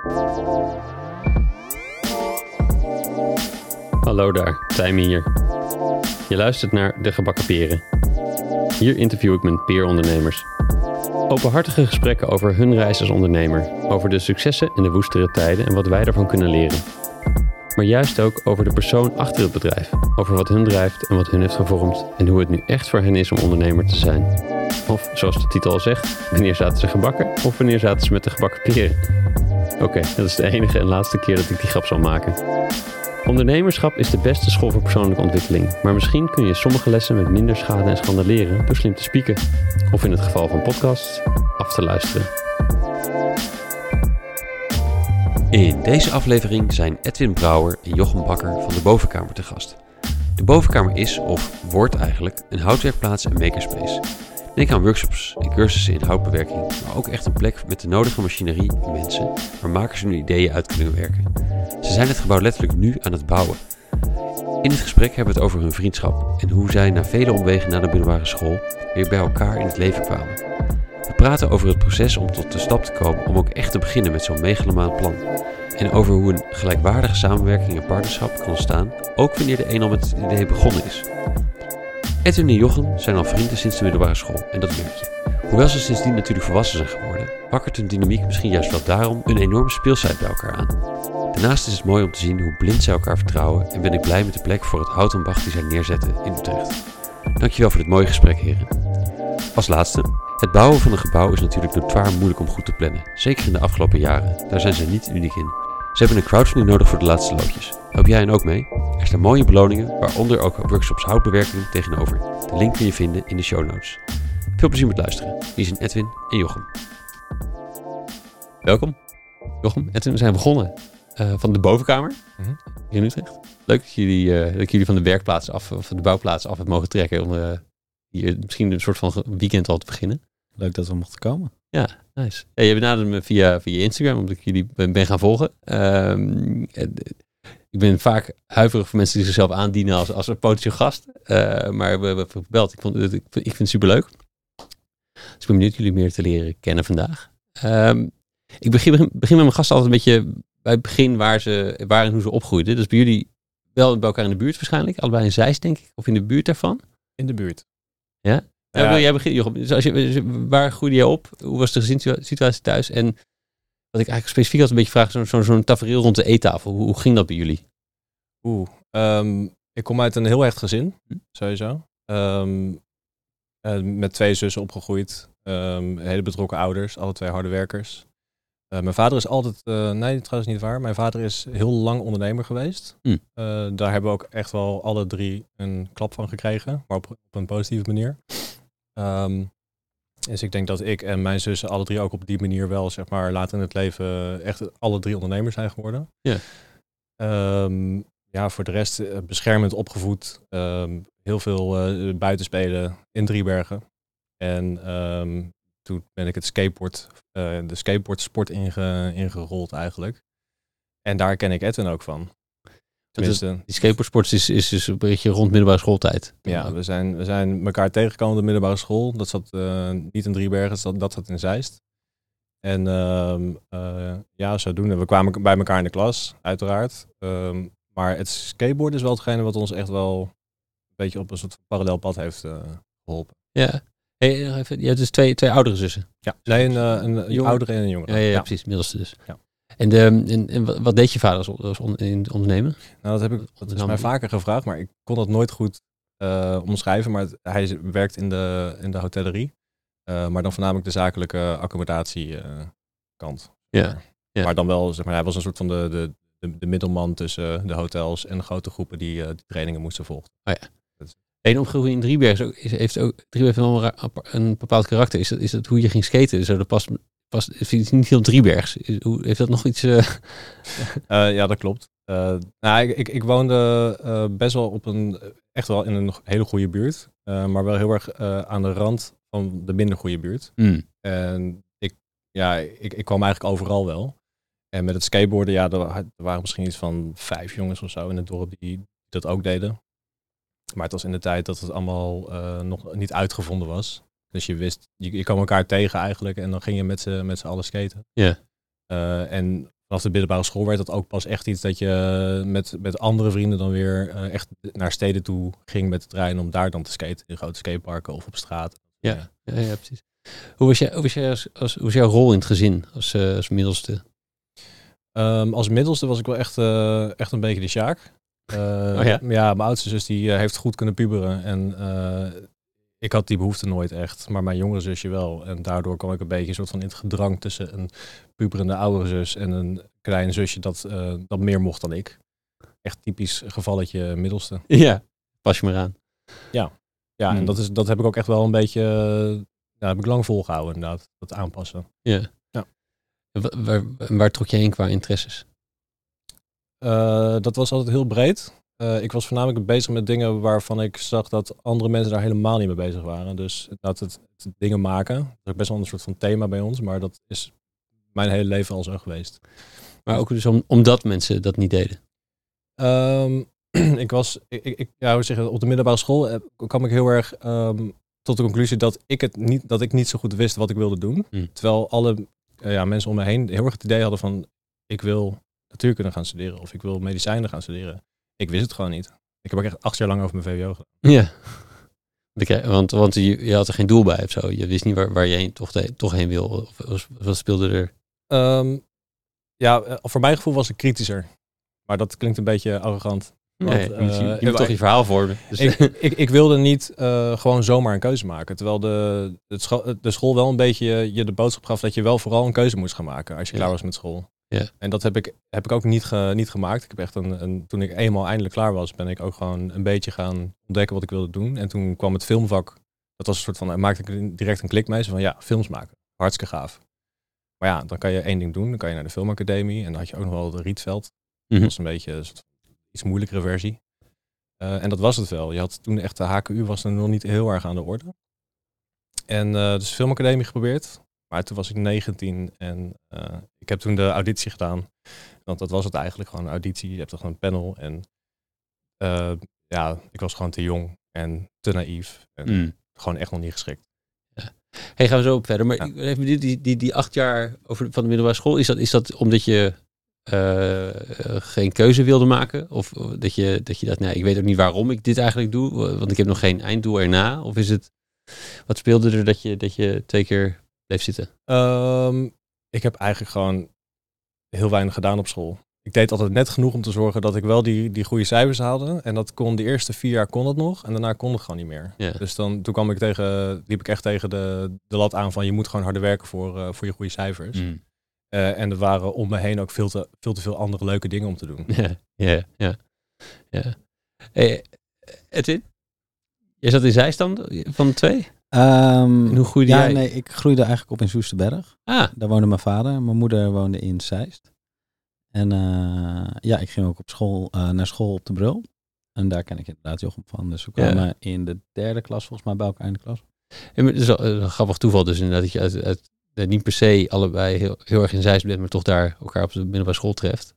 Hallo daar, Tijmen hier. Je luistert naar De Gebakken Peren. Hier interview ik mijn peerondernemers. Openhartige gesprekken over hun reis als ondernemer, over de successen en de woestere tijden en wat wij daarvan kunnen leren. Maar juist ook over de persoon achter het bedrijf, over wat hun drijft en wat hun heeft gevormd en hoe het nu echt voor hen is om ondernemer te zijn. Of, zoals de titel al zegt, wanneer zaten ze gebakken of wanneer zaten ze met de gebakken peren? Oké, dat is de enige en laatste keer dat ik die grap zal maken. Ondernemerschap is de beste school voor persoonlijke ontwikkeling, maar misschien kun je sommige lessen met minder schade en schande leren door slim te spieken. Of in het geval van podcasts, af te luisteren. In deze aflevering zijn Edwin Brouwer en Jochem Bakker van de Bovenkamer te gast. De Bovenkamer is, of wordt eigenlijk, een houtwerkplaats en makerspace. Denk aan workshops en cursussen in houtbewerking, maar ook echt een plek met de nodige machinerie en mensen waar makers hun ideeën uit kunnen werken. Ze zijn het gebouw letterlijk nu aan het bouwen. In het gesprek hebben we het over hun vriendschap en hoe zij na vele omwegen na de middelbare school weer bij elkaar in het leven kwamen. We praten over het proces om tot de stap te komen om ook echt te beginnen met zo'n megalomaan plan. En over hoe een gelijkwaardige samenwerking en partnerschap kan ontstaan, ook wanneer de een al met het idee begonnen is. Edwin en Jochem zijn al vrienden sinds de middelbare school en dat merk je. Hoewel ze sindsdien natuurlijk volwassen zijn geworden, wakkert hun dynamiek misschien juist wel daarom een enorme speelsheid bij elkaar aan. Daarnaast is het mooi om te zien hoe blind zij elkaar vertrouwen en ben ik blij met de plek voor het hout en bach die zij neerzetten in Utrecht. Dankjewel voor dit mooie gesprek, heren. Als laatste, het bouwen van een gebouw is natuurlijk notoir moeilijk om goed te plannen, zeker in de afgelopen jaren. Daar zijn ze niet uniek in. Ze hebben een crowdfunding nodig voor de laatste loodjes. Help jij hen ook mee? Er staan mooie beloningen, waaronder ook workshops houtbewerking tegenover. De link kun je vinden in de show notes. Veel plezier met luisteren. Hier zijn Edwin en Jochem. Welkom. Jochem, Edwin, we zijn begonnen van de Bovenkamer hier in Utrecht. Leuk dat jullie van de werkplaats af, of de bouwplaats af hebben mogen trekken om hier misschien een soort van weekend al te beginnen. Leuk dat we mochten komen. Ja, nice. Ja, je benaderde me via Instagram, omdat ik jullie ben gaan volgen. Ik ben vaak huiverig voor mensen die zichzelf aandienen als een potentieel gast. Maar we hebben gebeld. Ik vind het superleuk. Dus ik ben benieuwd jullie meer te leren kennen vandaag. Ik begin met mijn gasten altijd een beetje bij het begin waar en hoe ze opgroeiden. Dus bij jullie wel bij elkaar in de buurt waarschijnlijk. Allebei in Zeist, denk ik. Of in de buurt daarvan. In de buurt. Ja? Ja. Wil jij beginnen, Jochem? Dus waar groeide je op? Hoe was de gezinssituatie thuis? En wat ik eigenlijk specifiek had een beetje vragen, zo'n tafereel rond de eettafel. Hoe ging dat bij jullie? Ik kom uit een heel hecht gezin, sowieso. Met 2 zussen opgegroeid. Hele betrokken ouders, alle 2 harde werkers. Mijn vader is altijd, nee trouwens niet waar, mijn vader is heel lang ondernemer geweest. Daar hebben we ook echt wel alle 3 een klap van gekregen, maar op een positieve manier. Dus ik denk dat ik en mijn zussen alle 3 ook op die manier wel, zeg maar, later in het leven echt alle 3 ondernemers zijn geworden. Ja. Voor de rest beschermend opgevoed. Heel veel buitenspelen in Driebergen. En toen ben ik de skateboardsport ingerold eigenlijk. En daar ken ik Edwin ook van. Tenminste, die skateboardsport is dus een beetje rond middelbare schooltijd. Ja, we zijn elkaar tegengekomen op de middelbare school. Dat zat niet in Driebergen, dat zat in Zeist. En zodoende. We kwamen bij elkaar in de klas, uiteraard. Maar het skateboard is wel hetgene wat ons echt wel een beetje op een soort parallel pad heeft geholpen. Ja. Hey, je hebt dus twee oudere zussen. Ja, nee, een oudere en een jongere. Ja, precies, middelste dus. Ja. En wat deed je vader als ondernemer? Nou, dat is mij vaker gevraagd, maar ik kon dat nooit goed omschrijven. Maar hij werkt in de hotellerie, maar dan voornamelijk de zakelijke accommodatie kant. Ja. Maar dan wel, zeg maar, hij was een soort van de middelman tussen de hotels en de grote groepen die trainingen moesten volgen. Oh ja. En omgegroeid in Driebergen heeft wel een bepaald karakter. Is dat hoe je ging skaten? Dus dat past vind je niet heel Driebergs. Heeft dat nog iets? Ja, dat klopt. Ik woonde best wel echt wel in een hele goede buurt, maar wel heel erg aan de rand van de minder goede buurt. En ik kwam eigenlijk overal wel. En met het skateboarden, er waren misschien iets van 5 jongens of zo in het dorp die dat ook deden. Maar het was in de tijd dat het allemaal nog niet uitgevonden was. Dus je wist, je kwam elkaar tegen eigenlijk en dan ging je met z'n allen skaten. Ja. En vanaf de middelbare school werd dat ook pas echt iets dat je met andere vrienden dan weer echt naar steden toe ging met de trein om daar dan te skaten in grote skateparken of op straat. Ja, precies. Hoe was jouw rol in het gezin als middelste? Als middelste was ik wel echt een beetje de Sjaak. Ja, mijn oudste zus die heeft goed kunnen puberen en ik had die behoefte nooit echt, maar mijn jongere zusje wel. En daardoor kwam ik een beetje een soort van in het gedrang tussen een puberende oudere zus en een klein zusje dat meer mocht dan ik. Echt typisch gevalletje middelste. Ja, pas je maar aan. Ja, en dat heb ik ook echt wel een beetje, heb ik lang volgehouden inderdaad, dat aanpassen. Ja. Waar trok je heen qua interesses? Dat was altijd heel breed. Ik was voornamelijk bezig met dingen waarvan ik zag dat andere mensen daar helemaal niet mee bezig waren. Dus dat het dingen maken. Dat is ook best wel een soort van thema bij ons, maar dat is mijn hele leven al zo geweest. Maar ook dus omdat mensen dat niet deden? Op de middelbare school kwam ik heel erg tot de conclusie dat ik niet zo goed wist wat ik wilde doen. Terwijl alle mensen om me heen heel erg het idee hadden van ik wil natuurkunde gaan studeren of ik wil medicijnen gaan studeren. Ik wist het gewoon niet. Ik heb ook echt 8 jaar lang over mijn VWO gedaan. Ja, want je had er geen doel bij of zo. Je wist niet waar je heen, toch heen wil. Of wat speelde er? Voor mijn gevoel was ik kritischer. Maar dat klinkt een beetje arrogant. Nee, je moet toch je verhaal vormen. Dus. Ik wilde niet gewoon zomaar een keuze maken. Terwijl de school wel een beetje je de boodschap gaf dat je wel vooral een keuze moest gaan maken als je klaar was met school. Ja. En dat heb ik ook niet gemaakt. Ik heb echt toen ik eenmaal eindelijk klaar was, ben ik ook gewoon een beetje gaan ontdekken wat ik wilde doen. En toen kwam het filmvak. Dat was een soort van, maakte ik direct een klik mee. Zo van films maken. Hartstikke gaaf. Maar ja, dan kan je 1 ding doen. Dan kan je naar de filmacademie. En dan had je ook nog wel de Rietveld. Dat was een beetje een iets moeilijkere versie. En dat was het wel. Je had toen echt de HKU was er nog niet heel erg aan de orde. En dus filmacademie geprobeerd. Maar toen was ik 19 en ik heb toen de auditie gedaan. Want dat was het eigenlijk, gewoon een auditie. Je hebt toch een panel. En ik was gewoon te jong en te naïef. En gewoon echt nog niet geschikt. Ja. Hey, gaan we zo op verder. Maar even die 8 jaar van de middelbare school. Is dat omdat je geen keuze wilde maken? Of dat je dacht, ik weet ook niet waarom ik dit eigenlijk doe. Want ik heb nog geen einddoel erna. Of is het, wat speelde er dat je 2 keer bleef zitten? Ik heb eigenlijk gewoon heel weinig gedaan op school. Ik deed altijd net genoeg om te zorgen dat ik wel die goede cijfers haalde. En dat kon de eerste 4 jaar kon het nog. En daarna kon het gewoon niet meer. Ja. Dus toen liep ik echt tegen de lat aan van je moet gewoon harder werken voor je goede cijfers. En er waren om me heen ook veel te veel andere leuke dingen om te doen. Ja. Hey, Edwin? Jij zat in Zeestand van de 2? En hoe groeide jij? Nee, ik groeide eigenlijk op in Soesterberg. Daar woonde mijn vader. Mijn moeder woonde in Zeist. En ik ging ook naar school op de Brul. En daar ken ik inderdaad Jochem van. Dus we kwamen in de 3e klas volgens mij bij elkaar in de klas. Ja, het is een grappig toeval dus inderdaad dat je uit niet per se allebei heel erg in Zeist bent, maar toch daar elkaar op de middelbare school treft.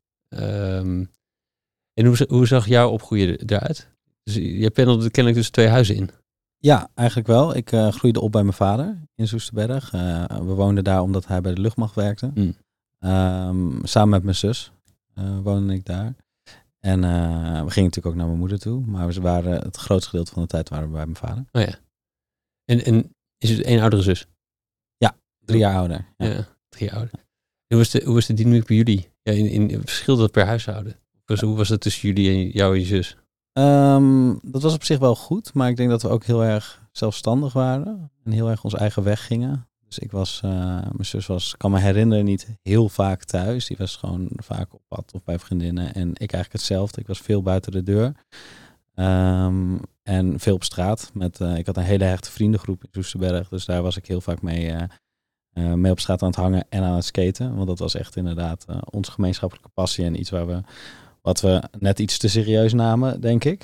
En hoe zag jouw opgroeien eruit? Dus je pendelde kennelijk tussen 2 huizen in. Ja, eigenlijk wel. Ik groeide op bij mijn vader in Soesterberg. We woonden daar omdat hij bij de luchtmacht werkte. Samen met mijn zus woonde ik daar. En we gingen natuurlijk ook naar mijn moeder toe. Maar het grootste gedeelte van de tijd waren we bij mijn vader. Oh ja. En is het 1 oudere zus? Ja, 3 jaar ouder. Ja, 3 jaar ouder. Hoe was de dynamiek bij jullie? Ja, in verschilde dat per huishouden? Hoe was het tussen jullie en jou en je zus? Dat was op zich wel goed, maar ik denk dat we ook heel erg zelfstandig waren en heel erg onze eigen weg gingen. Dus mijn zus was, kan me herinneren, niet heel vaak thuis. Die was gewoon vaak op pad of bij vriendinnen en ik eigenlijk hetzelfde. Ik was veel buiten de deur en veel op straat. Ik had een hele hechte vriendengroep in Soesterberg, dus daar was ik heel vaak mee op straat aan het hangen en aan het skaten. Want dat was echt inderdaad onze gemeenschappelijke passie en iets wat we net iets te serieus namen, denk ik.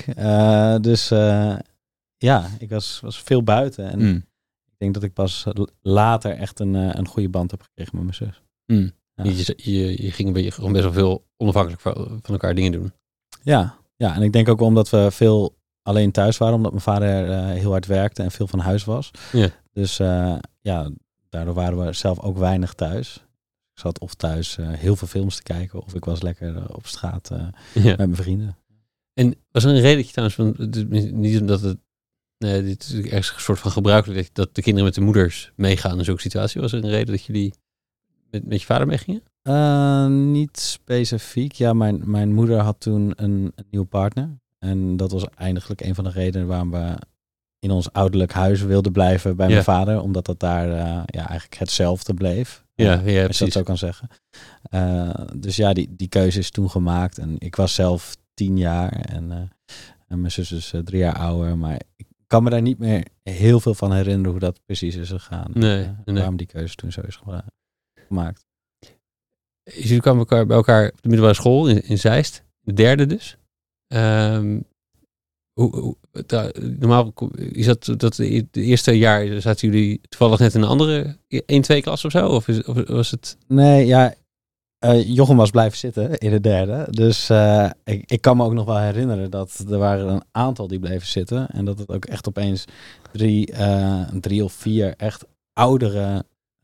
Ik was veel buiten. En ik denk dat ik pas later echt een goede band heb gekregen met mijn zus. Ja. Je ging gewoon best wel veel onafhankelijk van elkaar dingen doen. Ja, en ik denk ook omdat we veel alleen thuis waren. Omdat mijn vader heel hard werkte en veel van huis was. Ja. Dus daardoor waren we zelf ook weinig thuis. Ik zat of thuis heel veel films te kijken, of ik was lekker op straat met mijn vrienden. En was er een reden dat je trouwens, niet omdat het, dit is ergens een soort van gebruikelijk dat de kinderen met de moeders meegaan in zo'n situatie. Was er een reden dat jullie met je vader meegingen? Niet specifiek. Ja, mijn moeder had toen een nieuwe partner. En dat was eigenlijk een van de redenen waarom we in ons ouderlijk huis wilden blijven bij mijn vader. Omdat dat daar eigenlijk hetzelfde bleef. Ja, als je precies. dat zo kan zeggen. Dus ja, die keuze is toen gemaakt. En ik was zelf 10 jaar en mijn zus is 3 jaar ouder. Maar ik kan me daar niet meer heel veel van herinneren hoe dat precies is gegaan. Nee. Waarom die keuze toen zo is gemaakt. Jullie kwamen bij elkaar op de middelbare school in Zeist. De 3e dus. Normaal is dat het eerste jaar zaten jullie toevallig net in een andere 1-2 klas of zo? Of was het? Nee, ja. Jochem was blijven zitten in de 3e. Dus ik kan me ook nog wel herinneren dat er waren een aantal die bleven zitten. En dat het ook echt opeens 3 of 4 echt oudere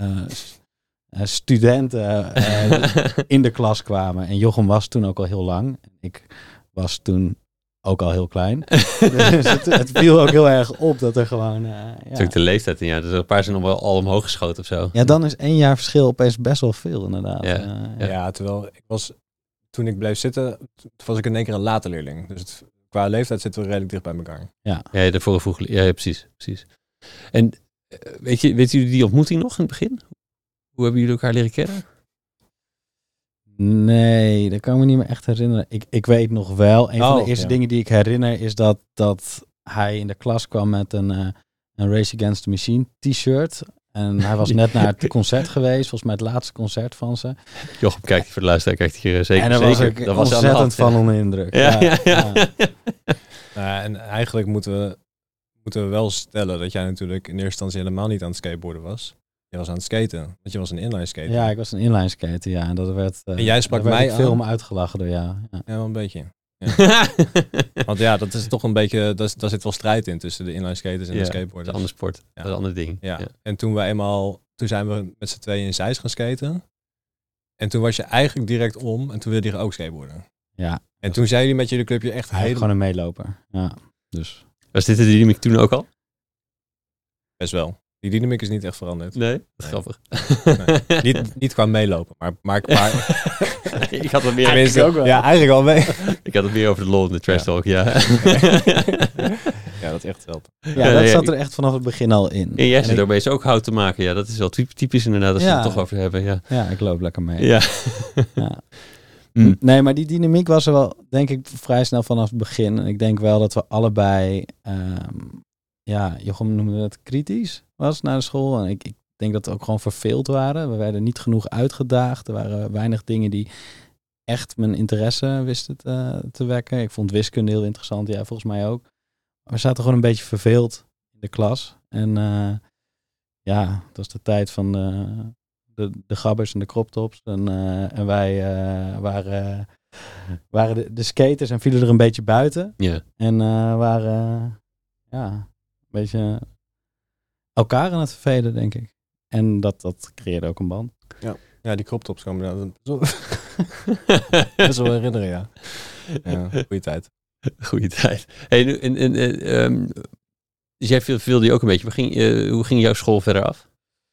studenten in de klas kwamen. En Jochem was toen ook al heel lang. Ik was toen ook al heel klein. Dus het viel ook heel erg op dat er gewoon... Het is ook de leeftijd in jaar. Dus een paar zijn nog wel al omhoog geschoten of zo. Ja, dan is 1 jaar verschil opeens best wel veel inderdaad. Ja, terwijl toen ik bleef zitten, was ik in één keer een late leerling. Dus qua leeftijd zitten we redelijk dicht bij elkaar. Ja, daarvoor vroeg. Ja, precies. En weten jullie die ontmoeting nog in het begin? Hoe hebben jullie elkaar leren kennen? Nee, dat kan ik me niet meer echt herinneren. Ik weet nog wel, een van de eerste dingen die ik herinner is dat hij in de klas kwam met een Race Against the Machine t-shirt. En hij was net naar het concert geweest, volgens mij het laatste concert van ze. Jochem, kijkt voor de luisteraar, kijkt hier zeker. En daar was ik ontzettend van onder indruk. Ja. En eigenlijk moeten we wel stellen dat jij natuurlijk in eerste instantie helemaal niet aan het skateboarden was. Je was aan het skaten, want je was een inline skater. Ja, ik was een inline skater, ja. En dat werd, en jij sprak mij aan. Veel om uitgelachen door jou. Ja, wel een beetje. Ja. Want ja, dat is toch een beetje, daar zit wel strijd in tussen de inline skaters en de skateboarders. Dat is een ander sport, dat is een ander ding. Ja. En toen zijn we met z'n tweeën in Zeist gaan skaten. En toen was je eigenlijk direct om en toen wilde je ook skateboarden. Ja. En toen zijn jullie met jullie clubje echt gewoon een meeloper. Ja, dus. Was dit de dynamiek toen ook al? Best wel. Die dynamiek is niet echt veranderd. Nee, dat is grappig. Nee. Niet qua meelopen, maar ik had het meer eigenlijk ook wel. Ja, eigenlijk al mee. Ik had het meer over de lol in de trash talk, ja. Ja, dat is echt wel. Ja, dat zat er echt vanaf het begin al in. En jij zit er opeens ook hout te maken. Ja, dat is wel typisch inderdaad, als we het toch over hebben. Ja, ik loop lekker mee. Ja. Nee, maar die dynamiek was er wel, denk ik, vrij snel vanaf het begin. En ik denk wel dat we allebei... Jochem noemde het kritisch was naar de school. En ik denk dat we ook gewoon verveeld waren. We werden niet genoeg uitgedaagd. Er waren weinig dingen die echt mijn interesse wisten te wekken. Ik vond wiskunde heel interessant. Ja, volgens mij ook. Maar we zaten gewoon een beetje verveeld in de klas. En het was de tijd van de gabbers en de croptops. En wij waren de skaters en vielen er een beetje buiten. Ja. En waren... een beetje elkaar aan het vervelen, denk ik. En dat creëerde ook een band. Ja, die croptops komen best wel herinneren, ja. Goeie tijd. Goeie tijd. Hey, dus jij viel die ook een beetje. Hoe ging jouw school verder af?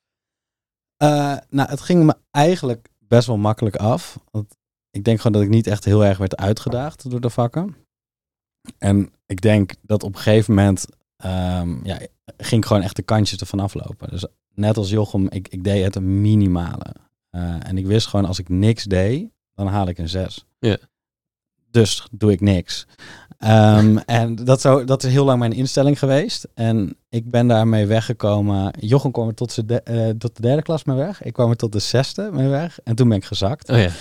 Het ging me eigenlijk best wel makkelijk af. Want ik denk gewoon dat ik niet echt heel erg werd uitgedaagd door de vakken. En ik denk dat op een gegeven moment... ging gewoon echt de kantjes ervan aflopen. Dus net als Jochem, ik deed het een minimale. En ik wist gewoon, als ik niks deed, dan haal ik een 6. Ja. Dus doe ik niks. En dat is heel lang mijn instelling geweest. En ik ben daarmee weggekomen. Jochem kwam er tot de 3e klas mee weg. Ik kwam er tot de 6e mee weg. En toen ben ik gezakt. Oh ja.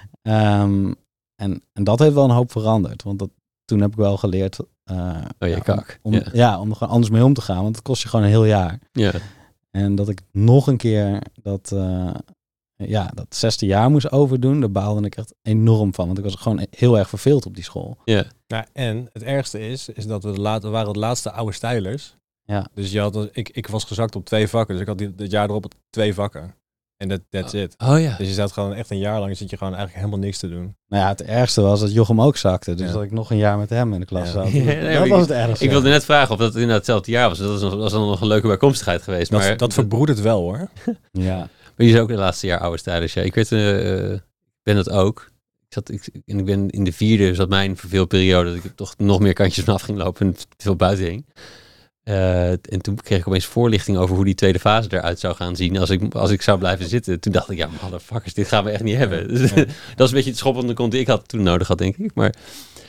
En dat heeft wel een hoop veranderd. Want toen heb ik wel geleerd... om er gewoon anders mee om te gaan. Want het kost je gewoon een heel jaar. Ja. En dat ik nog een keer dat 6e jaar moest overdoen, daar baalde ik echt enorm van. Want ik was gewoon heel erg verveeld op die school. Ja. Nou, en het ergste is dat we waren de laatste oude stijlers. Ja. Dus ik was gezakt op 2 vakken. Dus ik had dit jaar erop 2 vakken. En that's it. Oh ja. Dus je zat gewoon echt een jaar lang zit je gewoon eigenlijk helemaal niks te doen. Nou ja, het ergste was dat Jochem ook zakte. Dus dat ik nog een jaar met hem in de klas zat. Dat was het ergste. Ik wilde net vragen of dat inderdaad hetzelfde jaar was. Dat was dan nog een leuke bijkomstigheid geweest. Dat verbroedert het wel hoor. Ja. Maar je is ook de laatste jaar oude stijlers. Ja. Ik ben dat ook. Ik ben in de 4e, zat mijn verveelperiode, dat ik toch nog meer kantjes vanaf ging lopen en veel buiten hing. En toen kreeg ik opeens voorlichting over hoe die tweede fase eruit zou gaan zien als ik zou blijven zitten. Toen dacht ik, ja, motherfuckers, dit gaan we echt niet hebben. Dus, dat is een beetje het schoppende kont die ik toen nodig had, denk ik. Maar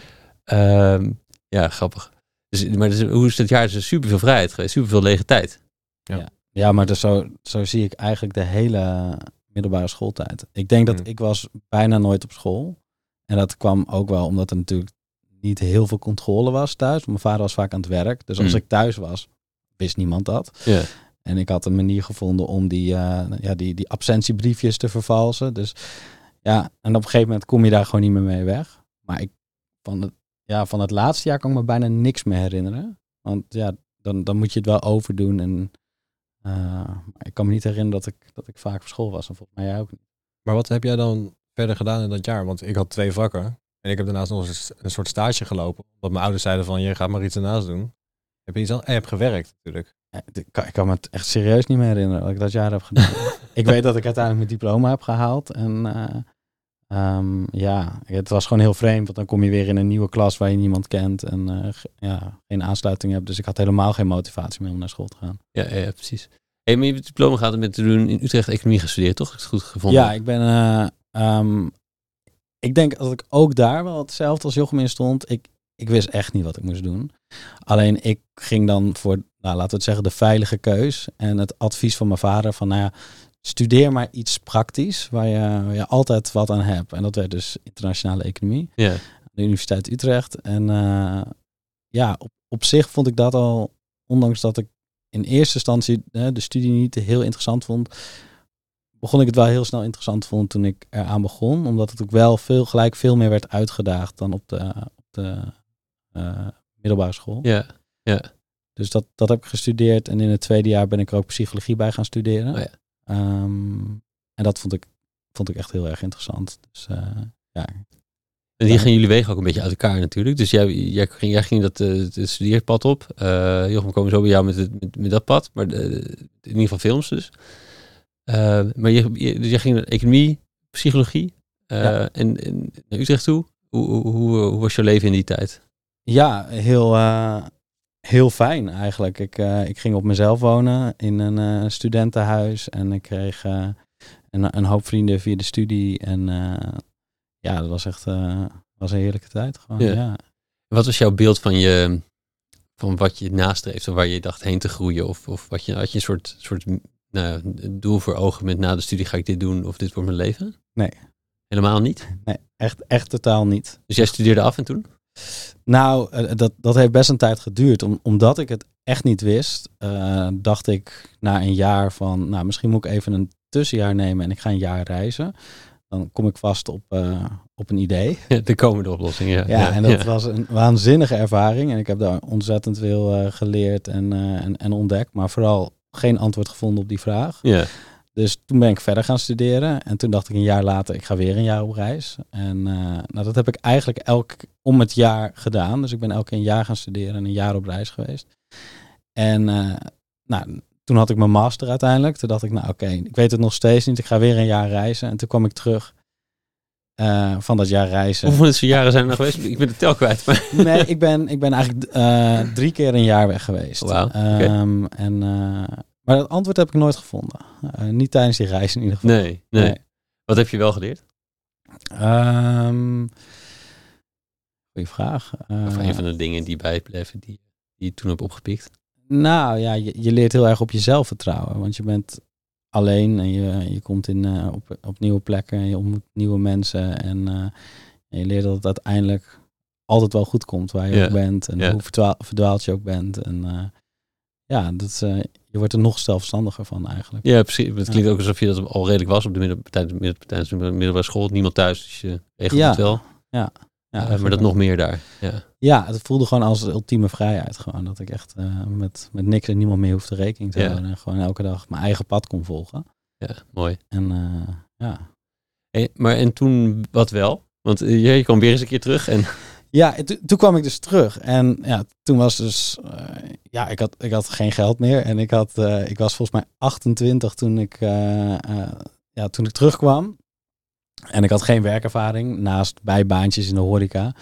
ja, grappig. Dus hoe is het jaar? Er is superveel vrijheid geweest, superveel lege tijd. Ja, maar dus zo zie ik eigenlijk de hele middelbare schooltijd. Ik denk dat ik was bijna nooit op school. En dat kwam ook wel omdat er natuurlijk niet heel veel controle was thuis. Mijn vader was vaak aan het werk. Dus als ik thuis was, wist niemand dat. Yeah. En ik had een manier gevonden om die absentiebriefjes te vervalsen. Dus ja, en op een gegeven moment kom je daar gewoon niet meer mee weg. Maar van het laatste jaar kan ik me bijna niks meer herinneren. Want ja, dan moet je het wel overdoen. En ik kan me niet herinneren dat ik vaak op school was. En volgens mij jij ook niet. Maar wat heb jij dan verder gedaan in dat jaar? Want ik had 2 vakken. En ik heb daarnaast nog een soort stage gelopen. Omdat mijn ouders zeiden van, je gaat maar iets ernaast doen. Heb je iets aan? Je hebt gewerkt natuurlijk. Ik kan me het echt serieus niet meer herinneren dat ik dat jaar heb gedaan. Ik weet dat ik uiteindelijk mijn diploma heb gehaald. En het was gewoon heel vreemd. Want dan kom je weer in een nieuwe klas waar je niemand kent. En geen aansluiting hebt. Dus ik had helemaal geen motivatie meer om naar school te gaan. Ja, precies. Hey, maar je hebt het diploma gehad met te doen in Utrecht economie gestudeerd, toch? Is het goed gevonden? Ja, ik ben... ik denk dat ik ook daar wel hetzelfde als Jochem in stond. Ik wist echt niet wat ik moest doen. Alleen ik ging dan voor, laten we het zeggen, de veilige keus. En het advies van mijn vader van, studeer maar iets praktisch waar je altijd wat aan hebt. En dat werd dus internationale economie. Yeah. De Universiteit Utrecht. En op zich vond ik dat al, ondanks dat ik in eerste instantie de studie niet heel interessant vond, begon ik het wel heel snel interessant vonden toen ik eraan begon. Omdat het ook wel gelijk veel meer werd uitgedaagd dan op de middelbare school. Ja. Dus dat heb ik gestudeerd. En in het tweede jaar ben ik er ook psychologie bij gaan studeren. Oh ja. En dat vond ik echt heel erg interessant. Dus ja. En hier gingen jullie wegen ook een beetje uit elkaar natuurlijk. Dus jij ging dat studeerpad op. Jochem, we komen zo bij jou met dat pad. Maar in ieder geval films dus. Maar dus jij ging naar economie, psychologie en naar Utrecht toe. Hoe was jouw leven in die tijd? Ja, heel fijn eigenlijk. Ik ging op mezelf wonen in een studentenhuis. En ik kreeg een hoop vrienden via de studie. En dat was echt was een heerlijke tijd. Gewoon, ja. Wat was jouw beeld van wat je nastreeft? Of waar je dacht heen te groeien? Of had je een soort doel voor ogen met na de studie ga ik dit doen of dit wordt mijn leven? Nee. Helemaal niet? Nee, echt totaal niet. Dus jij studeerde af en toen? Nou, dat heeft best een tijd geduurd. Omdat ik het echt niet wist, dacht ik na een jaar van, misschien moet ik even een tussenjaar nemen en ik ga een jaar reizen. Dan kom ik vast op een idee. De komende oplossing, ja. Ja, en dat was een waanzinnige ervaring. En ik heb daar ontzettend veel geleerd en ontdekt. Maar vooral geen antwoord gevonden op die vraag. Ja. Dus toen ben ik verder gaan studeren. En toen dacht ik een jaar later, ik ga weer een jaar op reis. En dat heb ik eigenlijk om het jaar gedaan. Dus ik ben elke keer een jaar gaan studeren en een jaar op reis geweest. En toen had ik mijn master uiteindelijk. Toen dacht ik, oké, ik weet het nog steeds niet. Ik ga weer een jaar reizen. En toen kwam ik terug van dat jaar reizen. Hoeveel jaren zijn er nog geweest? Ik ben de tel kwijt. Maar... Nee, ik ben eigenlijk 3 keer een jaar weg geweest. Wauw, okay. Maar dat antwoord heb ik nooit gevonden. Niet tijdens die reis in ieder geval. Nee. Wat heb je wel geleerd? Goeie vraag. Of een van de dingen die bijbleven die je toen hebt opgepikt? Nou ja, je leert heel erg op jezelf vertrouwen. Want je bent alleen en je komt op nieuwe plekken en je ontmoet nieuwe mensen. En je leert dat het uiteindelijk altijd wel goed komt waar je ook bent. En hoe verdwaald je ook bent. En je wordt er nog zelfstandiger van eigenlijk. Ja, precies. Het klinkt ook alsof je dat al redelijk was op tijdens de middelbare school. Niemand thuis, dus je regelt het wel. Ja. Maar dat nog meer daar. Ja, het voelde gewoon als de ultieme vrijheid. Gewoon dat ik echt met niks en niemand meer hoefde rekening te houden. En gewoon elke dag mijn eigen pad kon volgen. Ja, mooi. En ja. Maar en toen wat wel? Want je kwam weer eens een keer terug en... Ja, toen kwam ik dus terug. En ja, toen was dus... ik had geen geld meer. En ik was volgens mij 28 toen ik terugkwam. En ik had geen werkervaring naast bijbaantjes in de horeca.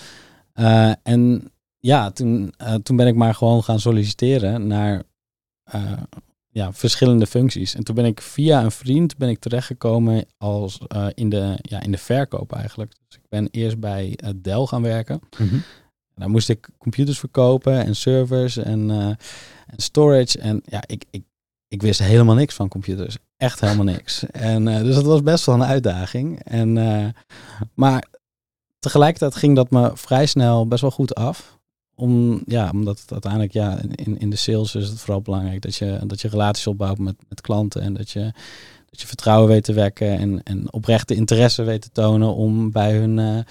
En ja, toen ben ik maar gewoon gaan solliciteren naar verschillende functies. En toen ben ik via een vriend terechtgekomen als in de verkoop eigenlijk. Dus ik ben eerst bij Dell gaan werken. Mm-hmm. Daar moest ik computers verkopen en servers en storage. En ja, ik wist helemaal niks van computers. Echt helemaal niks. En dus dat was best wel een uitdaging. Maar tegelijkertijd ging dat me vrij snel best wel goed af. Omdat het uiteindelijk, in de sales is het vooral belangrijk dat je relaties opbouwt met klanten. En dat je vertrouwen weet te wekken en oprechte interesse weet te tonen om bij hun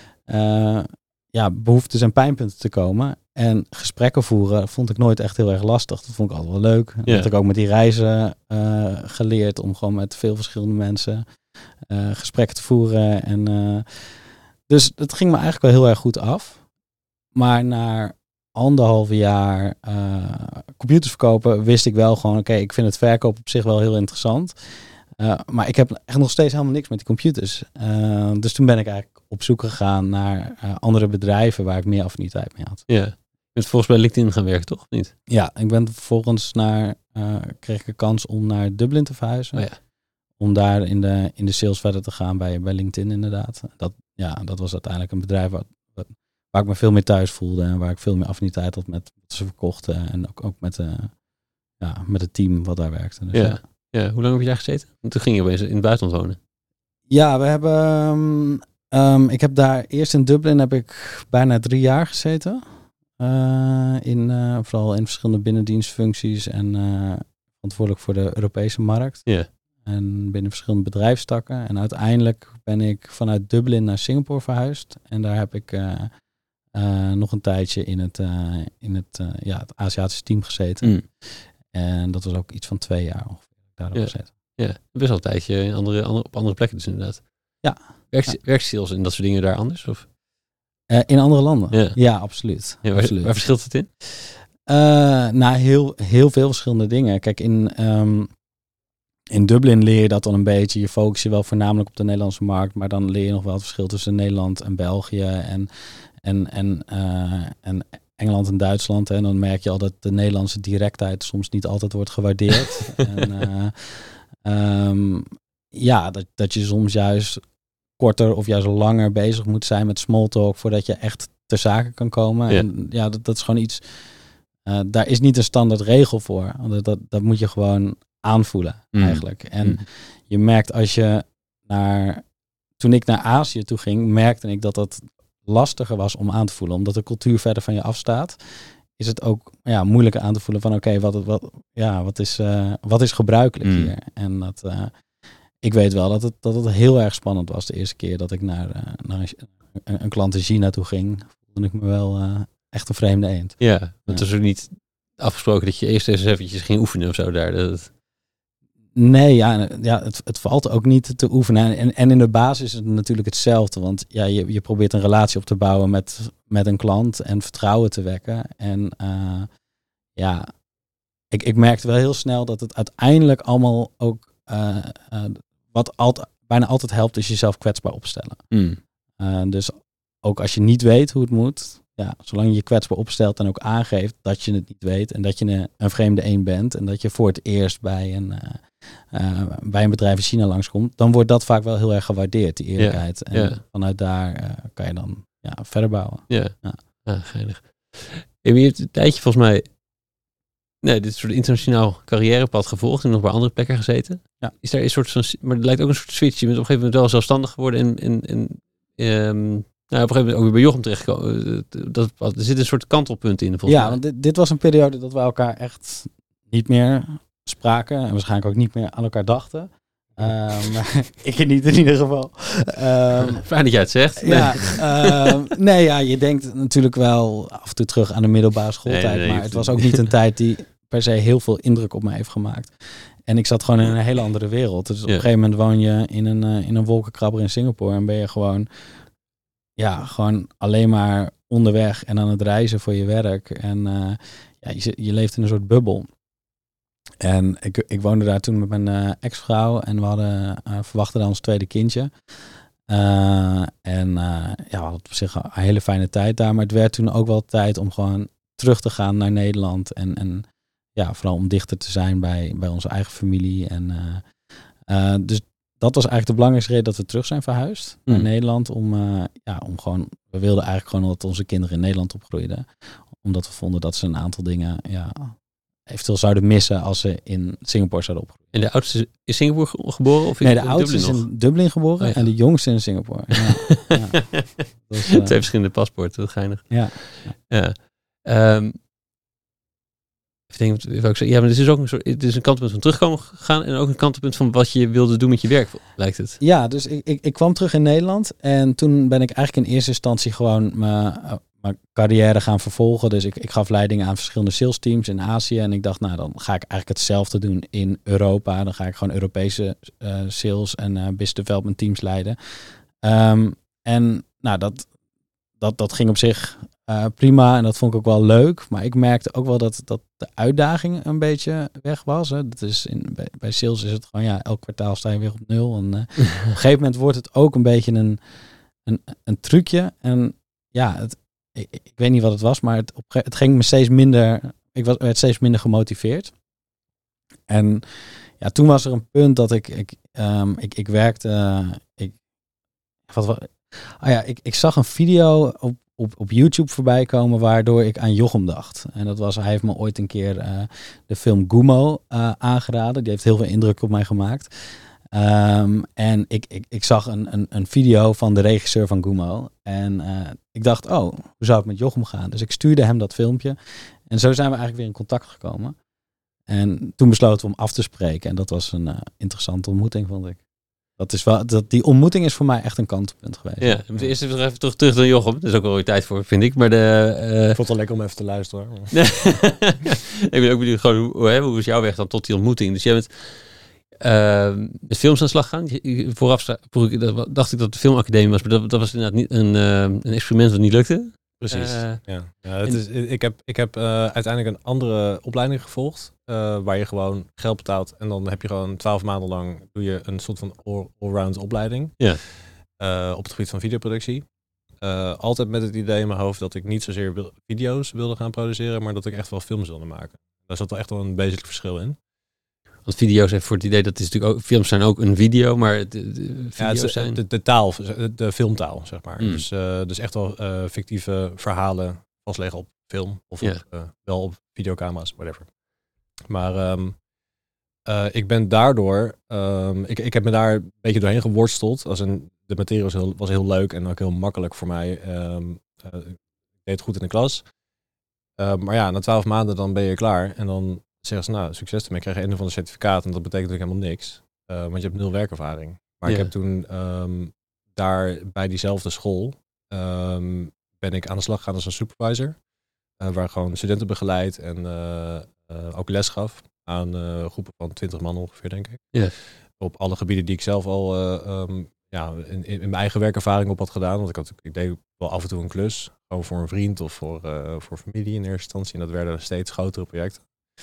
behoeftes en pijnpunten te komen. En gesprekken voeren vond ik nooit echt heel erg lastig. Dat vond ik altijd wel leuk. Dat had ik ook met die reizen geleerd om gewoon met veel verschillende mensen gesprekken te voeren. Dus het ging me eigenlijk wel heel erg goed af. Maar na 1,5 jaar computers verkopen wist ik wel gewoon, oké, ik vind het verkopen op zich wel heel interessant. Maar ik heb echt nog steeds helemaal niks met die computers. Dus toen ben ik eigenlijk op zoek gegaan naar andere bedrijven waar ik meer affiniteit mee had. Ja, je bent volgens bij LinkedIn gaan werken, toch? Niet? Ja, ik ben vervolgens kreeg ik een kans om naar Dublin te verhuizen. Oh ja. Om daar in de sales verder te gaan bij LinkedIn inderdaad. Dat was uiteindelijk een bedrijf waar ik me veel meer thuis voelde en waar ik veel meer affiniteit had met wat ze verkochten en ook met het team wat daar werkte. Dus, ja, hoe lang heb je daar gezeten? Want toen ging je opeens in het buitenland wonen. Ja, we hebben... ik heb daar eerst in Dublin heb ik bijna 3 jaar gezeten. Vooral in verschillende binnendienstfuncties en verantwoordelijk voor de Europese markt. Yeah. En binnen verschillende bedrijfstakken. En uiteindelijk ben ik vanuit Dublin naar Singapore verhuisd. En daar heb ik nog een tijdje in het Aziatische team gezeten. Mm. En dat was ook iets van 2 jaar ongeveer. Daarop gezeten. Ja, best wel een tijdje op andere plekken dus inderdaad. Ja. Werkt sales en dat soort dingen daar anders? Of? In andere landen? Ja, absoluut. Ja, waar verschilt het in? Heel, heel veel verschillende dingen. Kijk, in Dublin leer je dat dan een beetje. Je focus je wel voornamelijk op de Nederlandse markt, maar dan leer je nog wel het verschil tussen Nederland en België en Engeland en Duitsland. En dan merk je al dat de Nederlandse directheid soms niet altijd wordt gewaardeerd. Dat je soms juist korter of juist langer bezig moet zijn met small talk voordat je echt ter zake kan komen. Ja. En dat is gewoon iets. Daar is niet een standaard regel voor. Dat moet je gewoon aanvoelen eigenlijk. En je merkt toen ik naar Azië toe ging, merkte ik dat dat lastiger was om aan te voelen. Omdat de cultuur verder van je afstaat, is het ook moeilijker aan te voelen van oké, wat is gebruikelijk hier? En ik weet wel dat het heel erg spannend was de eerste keer dat ik naar een klant in China toe ging. Voelde ik me wel echt een vreemde eend. Ja, het is ook niet afgesproken dat je eerst eens eventjes ging oefenen of zo daar. Nee, het valt ook niet te oefenen. En in de basis is het natuurlijk hetzelfde. Want je probeert een relatie op te bouwen met een klant en vertrouwen te wekken. En ik merkte wel heel snel dat het uiteindelijk allemaal ook bijna altijd helpt is jezelf kwetsbaar opstellen. Dus ook als je niet weet hoe het moet, zolang je je kwetsbaar opstelt en ook aangeeft dat je het niet weet en dat je een vreemde eend bent en dat je voor het eerst bij een bedrijf in China langskomt, dan wordt dat vaak wel heel erg gewaardeerd, die eerlijkheid. En vanuit daar kan je dan verder bouwen. Ja, geinig. Je hebt een tijdje volgens mij dit soort internationaal carrièrepad gevolgd en nog bij andere plekken gezeten. Ja. Is daar een soort van, maar het lijkt ook een soort switch. Je bent op een gegeven moment wel zelfstandig geworden en op een gegeven moment ook weer bij Jochem terechtgekomen. Er zit een soort kantelpunt in. Want dit was een periode dat we elkaar echt niet meer spraken en waarschijnlijk ook niet meer aan elkaar dachten. Ik niet in ieder geval. Fijn dat jij het zegt. Je denkt natuurlijk wel af en toe terug aan de middelbare schooltijd, maar het was ook niet een tijd die per se heel veel indruk op mij heeft gemaakt. En ik zat gewoon in een hele andere wereld. Dus op een gegeven moment woon je in een wolkenkrabber in Singapore en ben je gewoon alleen maar onderweg en aan het reizen voor je werk. En je leeft in een soort bubbel. En ik woonde daar toen met mijn ex-vrouw en we verwachten dan ons tweede kindje. We hadden op zich een hele fijne tijd daar. Maar het werd toen ook wel tijd om gewoon terug te gaan naar Nederland. En vooral om dichter te zijn bij onze eigen familie. Dus dat was eigenlijk de belangrijkste reden dat we terug zijn verhuisd naar Nederland. We wilden eigenlijk gewoon dat onze kinderen in Nederland opgroeiden. Omdat we vonden dat ze een aantal dingen eventueel zouden missen als ze in Singapore zouden opgroeien. En de oudste is in Singapore geboren? Of nee, de oudste is in Dublin geboren en de jongste in Singapore. Dus, 2 verschillende paspoorten, wat geinig. Ja. Ik denk, maar het is ook het is een kantelpunt van terugkomen gegaan en ook een kantelpunt van wat je wilde doen met je werk, lijkt het. Ja, dus ik kwam terug in Nederland en toen ben ik eigenlijk in eerste instantie gewoon mijn carrière gaan vervolgen. Dus ik gaf leiding aan verschillende sales teams in Azië en ik dacht, nou dan ga ik eigenlijk hetzelfde doen in Europa. Dan ga ik gewoon Europese sales en business development teams leiden. Dat ging op zich prima en dat vond ik ook wel leuk. Maar ik merkte ook wel dat de uitdaging een beetje weg was. Hè. Dat is bij sales is het gewoon, elk kwartaal sta je weer op 0. En op een gegeven moment wordt het ook een beetje een trucje. En ik weet niet wat het was, maar het ging me steeds minder. Werd steeds minder gemotiveerd. En toen was er een punt dat ik werkte. Ik zag een video op YouTube voorbij komen waardoor ik aan Jochem dacht. En dat was, hij heeft me ooit een keer de film Gumo aangeraden. Die heeft heel veel indruk op mij gemaakt. En ik zag een video van de regisseur van Gumo. En ik dacht, hoe zou het met Jochem gaan? Dus ik stuurde hem dat filmpje. En zo zijn we eigenlijk weer in contact gekomen. En toen besloten we om af te spreken. En dat was een interessante ontmoeting, vond ik. Die ontmoeting is voor mij echt een kantelpunt geweest. Ja, we moeten eerst even terug naar Jochem. Dat is ook wel weer tijd voor, vind ik. Maar ik vond het wel lekker om even te luisteren. Ik ben ook benieuwd, gewoon, hoe was jouw weg dan tot die ontmoeting? Dus jij bent met films aan de slag gegaan. Vooraf dacht ik dat de filmacademie was, maar dat was inderdaad niet een experiment wat niet lukte. Precies. Ik heb uiteindelijk een andere opleiding gevolgd. Waar je gewoon geld betaalt. En dan heb je gewoon 12 maanden lang doe je een soort van allround opleiding. Ja. Op het gebied van videoproductie. Altijd met het idee in mijn hoofd dat ik niet zozeer video's wilde gaan produceren. Maar dat ik echt wel films wilde maken. Daar zat wel echt wel een wezenlijk verschil in. Want video's heeft voor het idee, dat is natuurlijk ook, films zijn ook een video, maar video's zijn de taal, de filmtaal, zeg maar. Dus echt wel fictieve verhalen vastleggen op film of wel op videocamera's, whatever. Maar ik ben daardoor, ik heb me daar een beetje doorheen geworsteld. De materie was heel leuk en ook heel makkelijk voor mij. Ik deed het goed in de klas. Maar na 12 maanden dan ben je klaar en dan zeggen ze, succes ermee, krijg je een of ander certificaat. En dat betekent natuurlijk helemaal niks. Want je hebt 0 werkervaring. Maar ik heb toen daar bij diezelfde school ben ik aan de slag gegaan als een supervisor. Waar gewoon studenten begeleid en ook les gaf aan groepen van 20 man ongeveer, denk ik. Yeah. Op alle gebieden die ik zelf al in mijn eigen werkervaring op had gedaan. Want ik deed wel af en toe een klus. Gewoon voor een vriend of voor familie in eerste instantie. En dat werden steeds grotere projecten.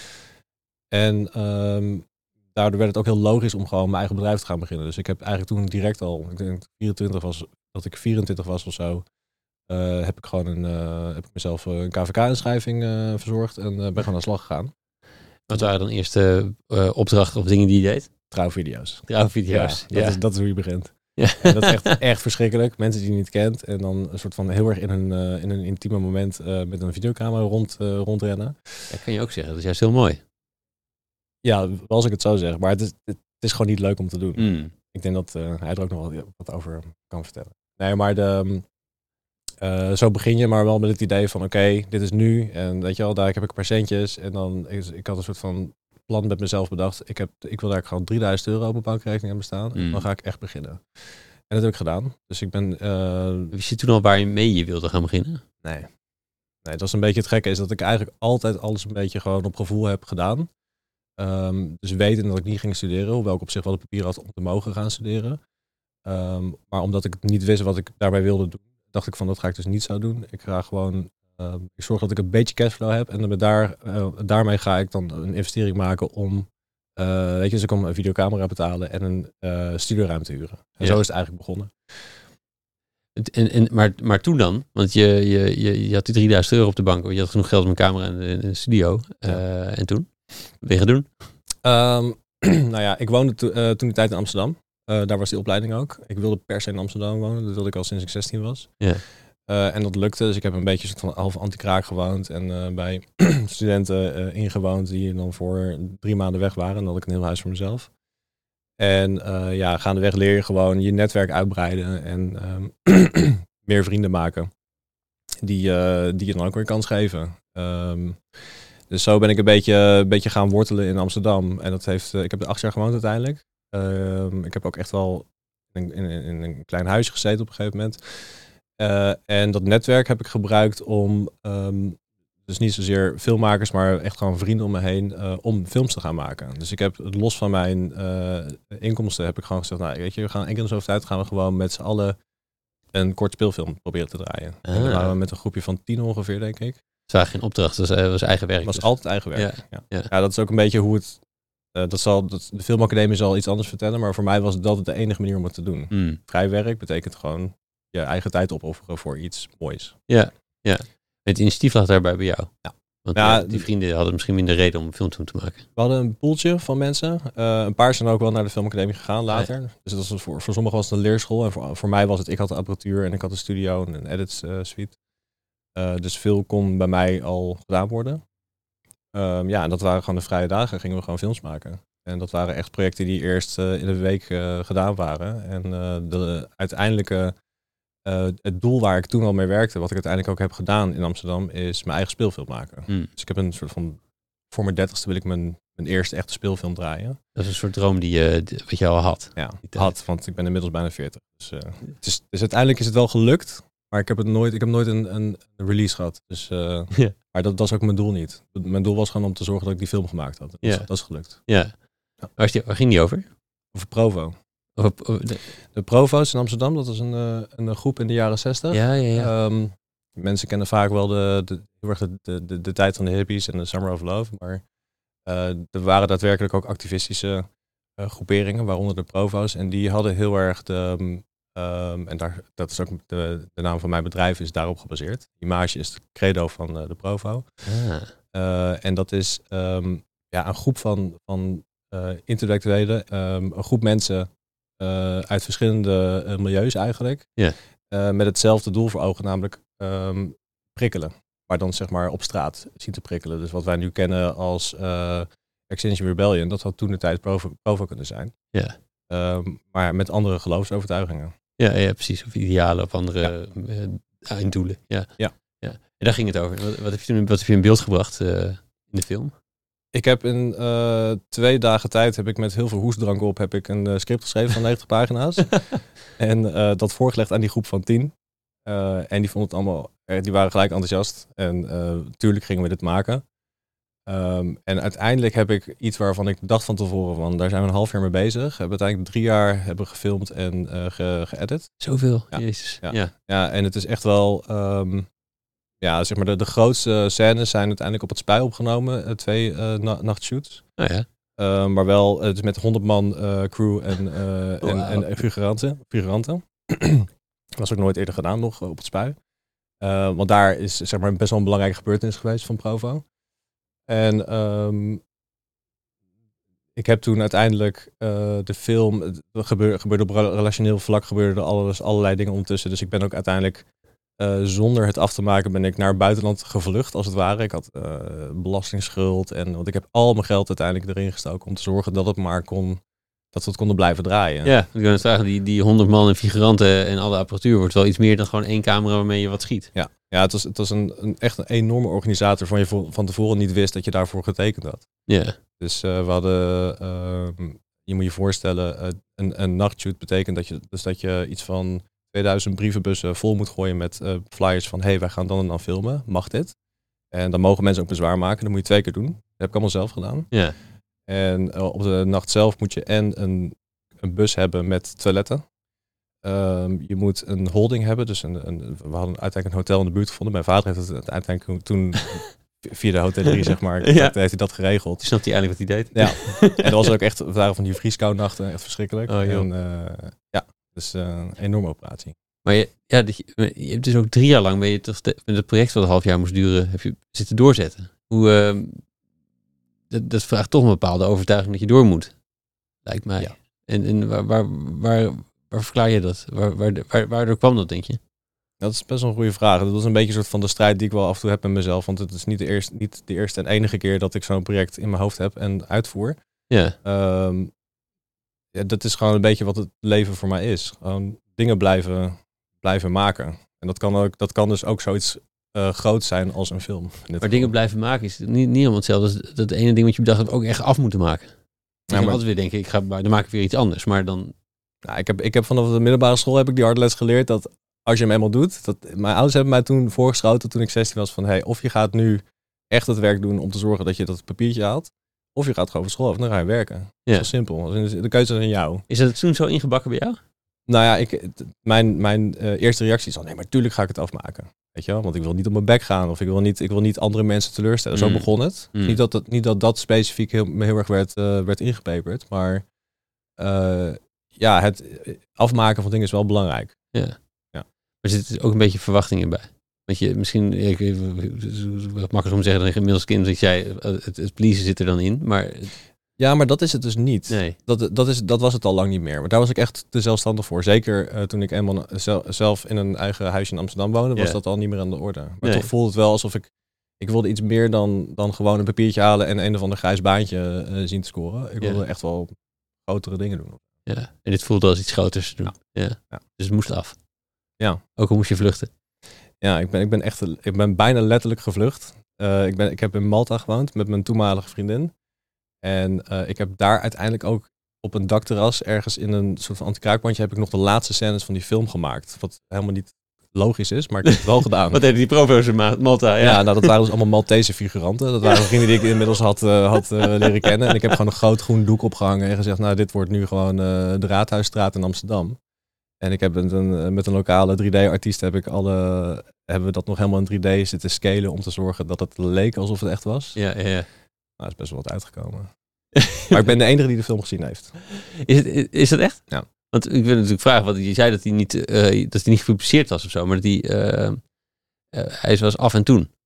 En daardoor werd het ook heel logisch om gewoon mijn eigen bedrijf te gaan beginnen. Dus ik heb eigenlijk toen direct al, ik denk dat ik 24 was of zo, heb ik mezelf een KVK-inschrijving verzorgd en ben gewoon aan de slag gegaan. Wat waren dan eerste opdrachten of dingen die je deed? Trouwvideo's. Ja. Dat is hoe je begint. Ja. En dat is echt verschrikkelijk. Mensen die je niet kent en dan een soort van heel erg in een intieme moment met een videocamera rondrennen. Dat kan je ook zeggen. Dat is juist heel mooi. Ja, als ik het zo zeg. Maar het is gewoon niet leuk om te doen. Ik denk dat hij er ook nog wel wat over kan vertellen. Nee, maar zo begin je maar wel met het idee van oké, dit is nu. En weet je wel, daar heb ik een paar centjes. En dan, ik had een soort van plan met mezelf bedacht. Ik wil daar gewoon €3000 op mijn bankrekening hebben staan. En dan ga ik echt beginnen. En dat heb ik gedaan. Dus ik ben... Wist je toen al waar je mee wilde gaan beginnen? Nee, dat is een beetje het gekke. Is dat ik eigenlijk altijd alles een beetje gewoon op gevoel heb gedaan. Dus weten dat ik niet ging studeren, hoewel ik op zich wel het papier had om te mogen gaan studeren. Maar omdat ik niet wist wat ik daarbij wilde doen, dacht ik van dat ga ik dus niet zo doen. Ik ga gewoon, ik zorg dat ik een beetje cashflow heb en dan daarmee ga ik dan een investering maken om, weet je, dus ik kon een videocamera betalen en een studioruimte huren. En zo is het eigenlijk begonnen. Maar toen dan, want je had die €3000 op de bank, je had genoeg geld om een camera en een studio. En toen? Wat ben je gaan doen? Nou ja, ik woonde toen die tijd in Amsterdam. Daar was die opleiding ook. Ik wilde per se in Amsterdam wonen. Dat wilde ik al sinds ik 16 was. Ja. En dat lukte. Dus ik heb een beetje soort van half anti-kraak gewoond. En bij studenten ingewoond die dan voor 3 maanden weg waren. En dan had ik een heel huis voor mezelf. En gaandeweg leer je gewoon je netwerk uitbreiden. En meer vrienden maken. Die je dan ook weer kans geven. Dus zo ben ik een beetje gaan wortelen in Amsterdam. En dat ik heb er 8 jaar gewoond uiteindelijk. Ik heb ook echt wel in een klein huisje gezeten op een gegeven moment. En dat netwerk heb ik gebruikt om, dus niet zozeer filmmakers, maar echt gewoon vrienden om me heen, om films te gaan maken. Dus ik heb los van mijn inkomsten heb ik gewoon gezegd, nou weet je, we gaan 1 keer in de zoveel tijd gaan we gewoon met z'n allen een kort speelfilm proberen te draaien. En dan waren we met een groepje van 10 ongeveer, denk ik. Het was geen opdracht, het was eigen werk. Het was altijd eigen werk. Ja, dat is ook een beetje hoe het... de filmacademie zal iets anders vertellen, maar voor mij was dat de enige manier om het te doen. Vrij werk betekent gewoon je eigen tijd opofferen voor iets moois. Ja. Het initiatief lag daarbij bij jou. Ja. Want die vrienden hadden misschien minder reden om een film te maken. We hadden een poeltje van mensen. Een paar zijn ook wel naar de filmacademie gegaan later. Ja. Dus dat was voor sommigen was het een leerschool. En voor mij was het, ik had de apparatuur en ik had een studio en een edit suite. Dus veel kon bij mij al gedaan worden. En dat waren gewoon de vrije dagen, gingen we gewoon films maken. En dat waren echt projecten die eerst in een week gedaan waren. En de uiteindelijke, het doel waar ik toen al mee werkte, wat ik uiteindelijk ook heb gedaan in Amsterdam, is mijn eigen speelfilm maken. Dus ik heb een soort van, voor mijn 30ste wil ik mijn eerste echte speelfilm draaien. Dat is een soort droom wat je al had. Ja, want ik ben inmiddels bijna 40. Dus uiteindelijk is het wel gelukt. Maar ik heb nooit een release gehad. Dus, maar dat was ook mijn doel niet. Mijn doel was gewoon om te zorgen dat ik die film gemaakt had. Dat is gelukt. Ja. Waar ging die over? Over Provo. De Provo's in Amsterdam, dat was een groep in de jaren 60. Ja. Mensen kennen vaak wel de tijd van de hippies en de Summer of Love. Maar er waren daadwerkelijk ook activistische groeperingen, waaronder de Provo's. En die hadden heel erg dat is ook de naam van mijn bedrijf is daarop gebaseerd. Image is het credo van de Provo. En dat is een groep van intellectuelen, een groep mensen uit verschillende milieus eigenlijk. Met hetzelfde doel voor ogen, namelijk prikkelen. Maar dan zeg maar op straat zien te prikkelen. Dus wat wij nu kennen als Extinction Rebellion, dat had toen de tijd Provo kunnen zijn. Maar met andere geloofsovertuigingen. Ja, precies. Of idealen of andere einddoelen. Ja. En daar ging het over. Wat heb je in beeld gebracht in de film? Ik heb in 2 dagen tijd heb ik met heel veel hoestdrank op heb ik een script geschreven van 90 pagina's. En dat voorgelegd aan die groep van 10. En die vonden het allemaal, die waren gelijk enthousiast. En tuurlijk gingen we dit maken. En uiteindelijk heb ik iets waarvan ik dacht van tevoren van, daar zijn we een half jaar mee bezig. We hebben uiteindelijk 3 jaar hebben gefilmd en geëdit. Zoveel, jezus. Ja, en het is echt wel, zeg maar de grootste scènes zijn uiteindelijk op het Spui opgenomen. 2 nachtshoots. Oh ja. Maar wel, het is met 100 man crew en figuranten. Dat was ook nooit eerder gedaan nog op het Spui. Want daar is zeg maar best wel een belangrijke gebeurtenis geweest van Provo. En ik heb toen uiteindelijk de film, gebeurde op relationeel vlak, gebeurde er allerlei dingen ondertussen. Dus ik ben ook uiteindelijk, zonder het af te maken, ben ik naar het buitenland gevlucht als het ware. Ik had belastingsschuld want ik heb al mijn geld uiteindelijk erin gestoken om te zorgen dat het maar dat we het konden blijven draaien. Ja, ik wil vragen, die 100 man en figuranten en alle apparatuur wordt wel iets meer dan gewoon 1 camera waarmee je wat schiet. Ja, het was echt een enorme organisator waarvan je van tevoren niet wist dat je daarvoor getekend had. Ja. Dus we hadden, je moet je voorstellen, een nachtshoot betekent dat je iets van 2000 brievenbussen vol moet gooien met flyers van, hey, wij gaan dan en dan filmen, mag dit? En dan mogen mensen ook bezwaar maken, dat moet je 2 keer doen. Dat heb ik allemaal zelf gedaan. Ja. En op de nacht zelf moet je en een bus hebben met toiletten. Je moet een holding hebben. Dus we hadden uiteindelijk een hotel in de buurt gevonden. Mijn vader heeft het uiteindelijk toen via de hotellerie, zeg maar, heeft hij dat geregeld. Toen snapte hij eigenlijk wat hij deed. Ja, en dat was ook echt, we waren van die vrieskou-nachten, echt verschrikkelijk. Dus een enorme operatie. Maar je hebt dus ook 3 jaar lang, met het project wat een half jaar moest duren, heb je zitten doorzetten. Dat vraagt toch een bepaalde overtuiging dat je door moet, lijkt mij. Ja. En waar verklaar je dat? Waardoor kwam dat, denk je? Dat is best wel een goede vraag. Dat was een beetje een soort van de strijd die ik wel af en toe heb met mezelf. Want het is niet de eerste en enige keer dat ik zo'n project in mijn hoofd heb en uitvoer. Ja. Dat is gewoon een beetje wat het leven voor mij is. Gewoon dingen blijven maken. En dat kan dus ook zoiets groot zijn als een film. Maar dingen blijven maken is niet helemaal hetzelfde als dat ene ding wat je bedacht hebt ook echt af moeten maken. Je kan altijd weer denken, dan maak ik weer iets anders. Maar dan... Nou, ik heb vanaf de middelbare school heb ik die harde les geleerd dat als je hem eenmaal doet, mijn ouders hebben mij toen voorgeschoten toen ik 16 was van of je gaat nu echt het werk doen om te zorgen dat je dat papiertje haalt, of je gaat gewoon van school af en dan ga je werken. Ja. Dat is heel simpel. De keuze is aan jou. Is dat toen zo ingebakken bij jou? Nou ja, mijn eerste reactie is al, nee, maar tuurlijk ga ik het afmaken. Weet je wel? Want ik wil niet op mijn bek gaan of ik wil niet andere mensen teleurstellen. Zo begon het. Niet dat specifiek heel erg werd ingepeperd, maar het afmaken van dingen is wel belangrijk. Ja. Er zitten ook een beetje verwachtingen bij. Want je misschien, wat makkelijker om te zeggen dan inmiddels kind, dat jij het pleasen zit er dan in, maar... Ja, maar dat is het dus niet. Nee. Dat was het al lang niet meer. Maar daar was ik echt te zelfstandig voor. Zeker toen ik eenmaal zelf in een eigen huisje in Amsterdam woonde, was dat al niet meer aan de orde. Maar toch voelde het wel alsof ik wilde iets meer dan gewoon een papiertje halen en een of ander grijs baantje zien te scoren. Ik wilde echt wel grotere dingen doen. Ja, en dit voelde als iets groters te doen. Ja. Dus het moest af. Ja. Ook al moest je vluchten. Ja, ik ben bijna letterlijk gevlucht. Ik heb in Malta gewoond met mijn toenmalige vriendin. En ik heb daar uiteindelijk ook op een dakterras ergens in een soort van anti-kraakbandje heb ik nog de laatste scènes van die film gemaakt. Wat helemaal niet logisch is, maar ik heb het wel gedaan. Wat deden die provo's in Malta? Ja, nou, dat waren dus allemaal Maltese figuranten. Dat waren vrienden die ik inmiddels had leren kennen. En ik heb gewoon een groot groen doek opgehangen en gezegd, nou, dit wordt nu gewoon de Raadhuisstraat in Amsterdam. En ik heb met een lokale 3D-artiest hebben we dat nog helemaal in 3D zitten scalen om te zorgen dat het leek alsof het echt was. Ja. Nou, is best wel wat uitgekomen. Maar ik ben de enige die de film gezien heeft. Is dat echt? Ja. Want ik wil natuurlijk vragen, want je zei dat hij niet gepubliceerd was of zo, maar dat hij was af en toen.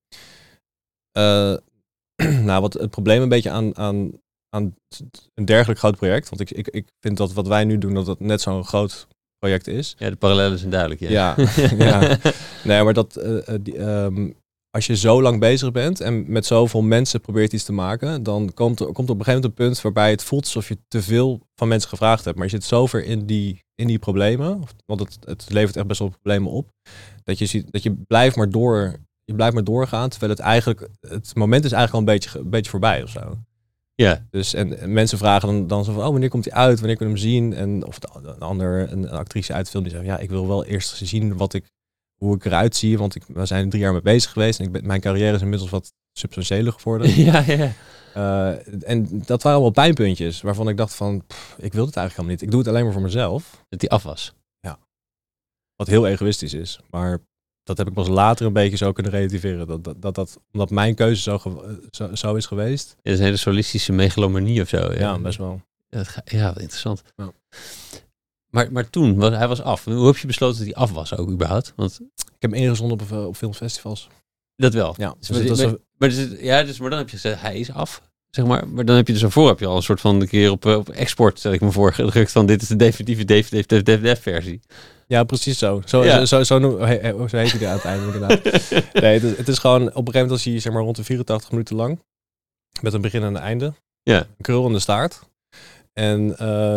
Nou, wat het probleem een beetje aan een dergelijk groot project, want ik vind dat wat wij nu doen, dat het net zo'n groot project is. Ja, de parallellen zijn duidelijk. Ja. Nee, maar als je zo lang bezig bent en met zoveel mensen probeert iets te maken, dan komt op een gegeven moment een punt waarbij het voelt alsof je te veel van mensen gevraagd hebt. Maar je zit zo ver in die problemen, want het levert echt best wel problemen op, dat je ziet dat je blijft maar doorgaan, terwijl het moment is eigenlijk al een beetje voorbij of zo. Ja. Dus en mensen vragen dan zo van, wanneer komt hij uit, wanneer kunnen we hem zien? En of een actrice uit de film die zegt, ja, ik wil wel eerst zien hoe ik eruit zie, want we zijn 3 jaar mee bezig geweest en mijn carrière is inmiddels wat substantiëler geworden. Ja. En dat waren allemaal pijnpuntjes waarvan ik dacht van, ik wil het eigenlijk helemaal niet. Ik doe het alleen maar voor mezelf. Dat die af was. Ja. Wat heel egoïstisch is, maar dat heb ik pas later een beetje zo kunnen relativeren. Omdat mijn keuze zo is geweest. Ja, dat is een hele solistische megalomanie of zo. Ja, best wel. Ja, wat interessant. Ja. Maar toen, hij was af. Hoe heb je besloten dat hij af was ook überhaupt? Want... Ik heb hem ingezonden op filmfestivals. Dat wel? Ja. Maar dan heb je gezegd, hij is af. Zeg maar dan heb je dus daarvoor heb je al een soort van een keer op export, stel ik me voor, gedrukt van dit is de definitieve DVD-versie. Ja, precies zo. Zo heet hij er uiteindelijk inderdaad. Nee, het is gewoon, op een gegeven moment was hij zeg maar rond de 84 minuten lang. Met een begin en een einde. Ja. Een krul in de staart. En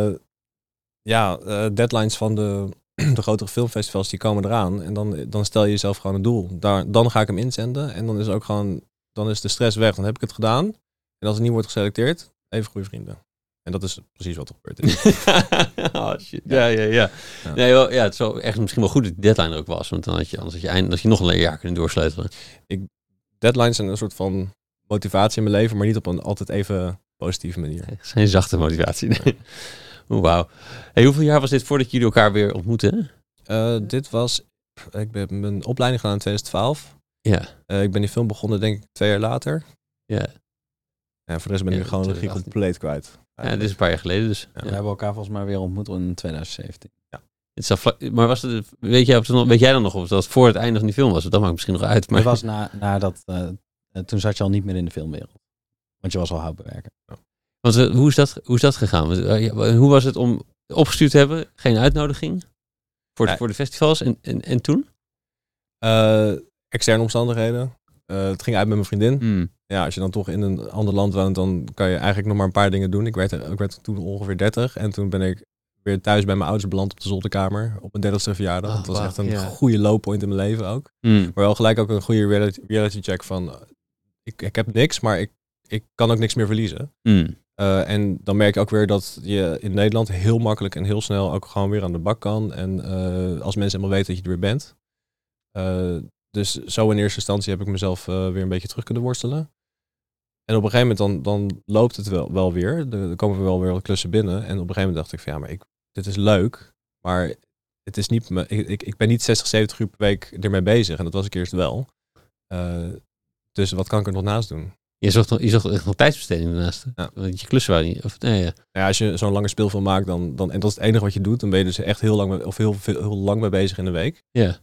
deadlines van de grotere filmfestivals die komen eraan. En dan stel je jezelf gewoon een doel. Dan ga ik hem inzenden. En dan is de stress weg. Dan heb ik het gedaan. En als het niet wordt geselecteerd, even goede vrienden. En dat is precies wat er gebeurd is. Oh shit. Ja. Nee, wel, ja, het is wel echt misschien wel goed dat die deadline er ook was. Want dan had je nog een jaar kunnen doorsleutelen. Deadlines zijn een soort van motivatie in mijn leven, maar niet op een altijd even positieve manier. Geen zachte motivatie. Nee. Wauw. Hey, hoeveel jaar was dit voordat jullie elkaar weer ontmoetten? Dit was... Ik ben mijn opleiding gedaan in 2012. Ja. Ik ben die film begonnen denk ik 2 jaar later. Ja. En voor de rest ben ik gewoon regie compleet kwijt. Ja, dit is een paar jaar geleden dus. Ja. We hebben elkaar volgens mij weer ontmoet in 2017. Ja. Maar was het, weet jij dan nog of dat voor het einde van die film was? Dat maakt misschien nog uit. Maar... Het was nadat... toen zat je al niet meer in de filmwereld. Want je was al houtbewerker. Ja. Want hoe is dat gegaan? Hoe was het om opgestuurd te hebben? Geen uitnodiging? Voor de festivals en toen? Externe omstandigheden. Het ging uit met mijn vriendin. Ja, als je dan toch in een ander land woont, dan kan je eigenlijk nog maar een paar dingen doen. Ik werd toen ongeveer 30 en toen ben ik weer thuis bij mijn ouders beland op de zolderkamer op mijn 30ste verjaardag. Het was echt een goede lowpoint in mijn leven ook. Maar wel gelijk ook een goede reality check van ik heb niks, maar ik kan ook niks meer verliezen. En dan merk je ook weer dat je in Nederland heel makkelijk en heel snel ook gewoon weer aan de bak kan. En als mensen helemaal weten dat je er weer bent. Dus zo in eerste instantie heb ik mezelf weer een beetje terug kunnen worstelen. En op een gegeven moment dan loopt het wel weer. Er komen we wel weer wat klussen binnen. En op een gegeven moment dacht ik van ja, maar dit is leuk. Maar het is niet ik ben niet 60, 70 uur per week ermee bezig. En dat was ik eerst wel. Dus wat kan ik er nog naast doen? Je zocht echt nog tijdsbesteding daarnaast. Ja. Want je klussen waren niet. Ja, als je zo'n lange speelfilm maakt, dan en dat is het enige wat je doet, dan ben je dus echt heel lang heel lang mee bezig in de week. Ja.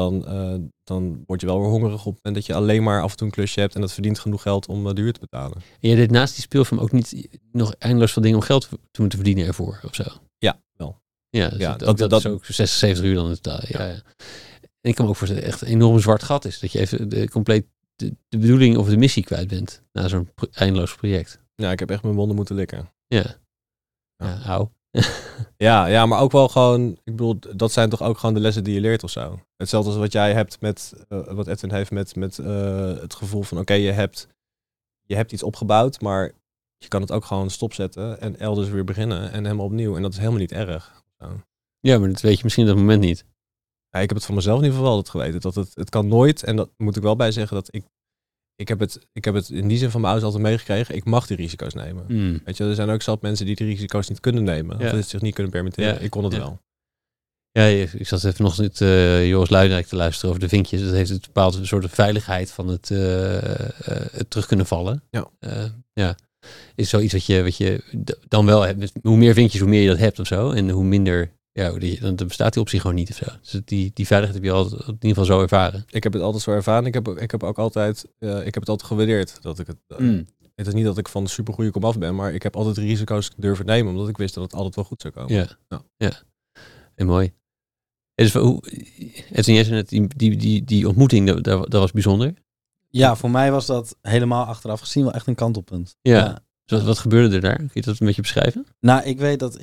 Dan word je wel weer hongerig op het moment dat je alleen maar af en toe een klusje hebt en dat verdient genoeg geld om de huur te betalen. En je deed naast die speelfilm ook niet nog eindeloos veel dingen om geld te moeten verdienen ervoor of zo? Ja, wel. Ja, dus dat is ook 60, 70 uur dan in totaal. Ja. En ik kan me ook voorstellen dat het echt een enorm zwart gat is. Dat je even compleet de bedoeling of de missie kwijt bent na zo'n eindeloos project. Ja, ik heb echt mijn wonden moeten likken. Ja. Auw. Ja, maar ook wel gewoon, ik bedoel, dat zijn toch ook gewoon de lessen die je leert of zo. Hetzelfde als wat jij hebt met, wat Edwin heeft met het gevoel van oké, je hebt iets opgebouwd, maar je kan het ook gewoon stopzetten en elders weer beginnen en helemaal opnieuw. En dat is helemaal niet erg. Zo. Ja, maar dat weet je misschien op dat moment niet. Ja, ik heb het van mezelf in ieder geval altijd geweten. Dat het kan nooit, en dat moet ik wel bij zeggen, dat ik heb het in die zin van mijn ouders altijd meegekregen. Ik mag die risico's nemen. Weet je, er zijn ook zat mensen die risico's niet kunnen nemen. Of het zich niet kunnen permitteren. Ja. Ik kon het wel. Ja, ik zat even nog niet Joris Luijendijk te luisteren over de vinkjes. Dat heeft een bepaalde soort veiligheid van het terug kunnen vallen. Ja. Is zoiets wat je dan wel hebt. Hoe meer vinkjes, hoe meer je dat hebt of zo. En hoe minder... Ja, dan bestaat die optie gewoon niet of zo. Dus die veiligheid heb je altijd in ieder geval zo ervaren. Ik heb het altijd zo ervaren. Ik heb ook altijd, ik heb het altijd gewaardeerd. Dat ik het. Het is niet dat ik van de supergoeie komaf ben, maar ik heb altijd risico's durven nemen, omdat ik wist dat het altijd wel goed zou komen. Ja. En mooi. Dus jij zei net, die ontmoeting, dat was bijzonder. Ja, voor mij was dat helemaal achteraf gezien wel echt een kantelpunt. Ja. Dus wat gebeurde er daar? Kun je dat een beetje beschrijven? Nou, ik weet dat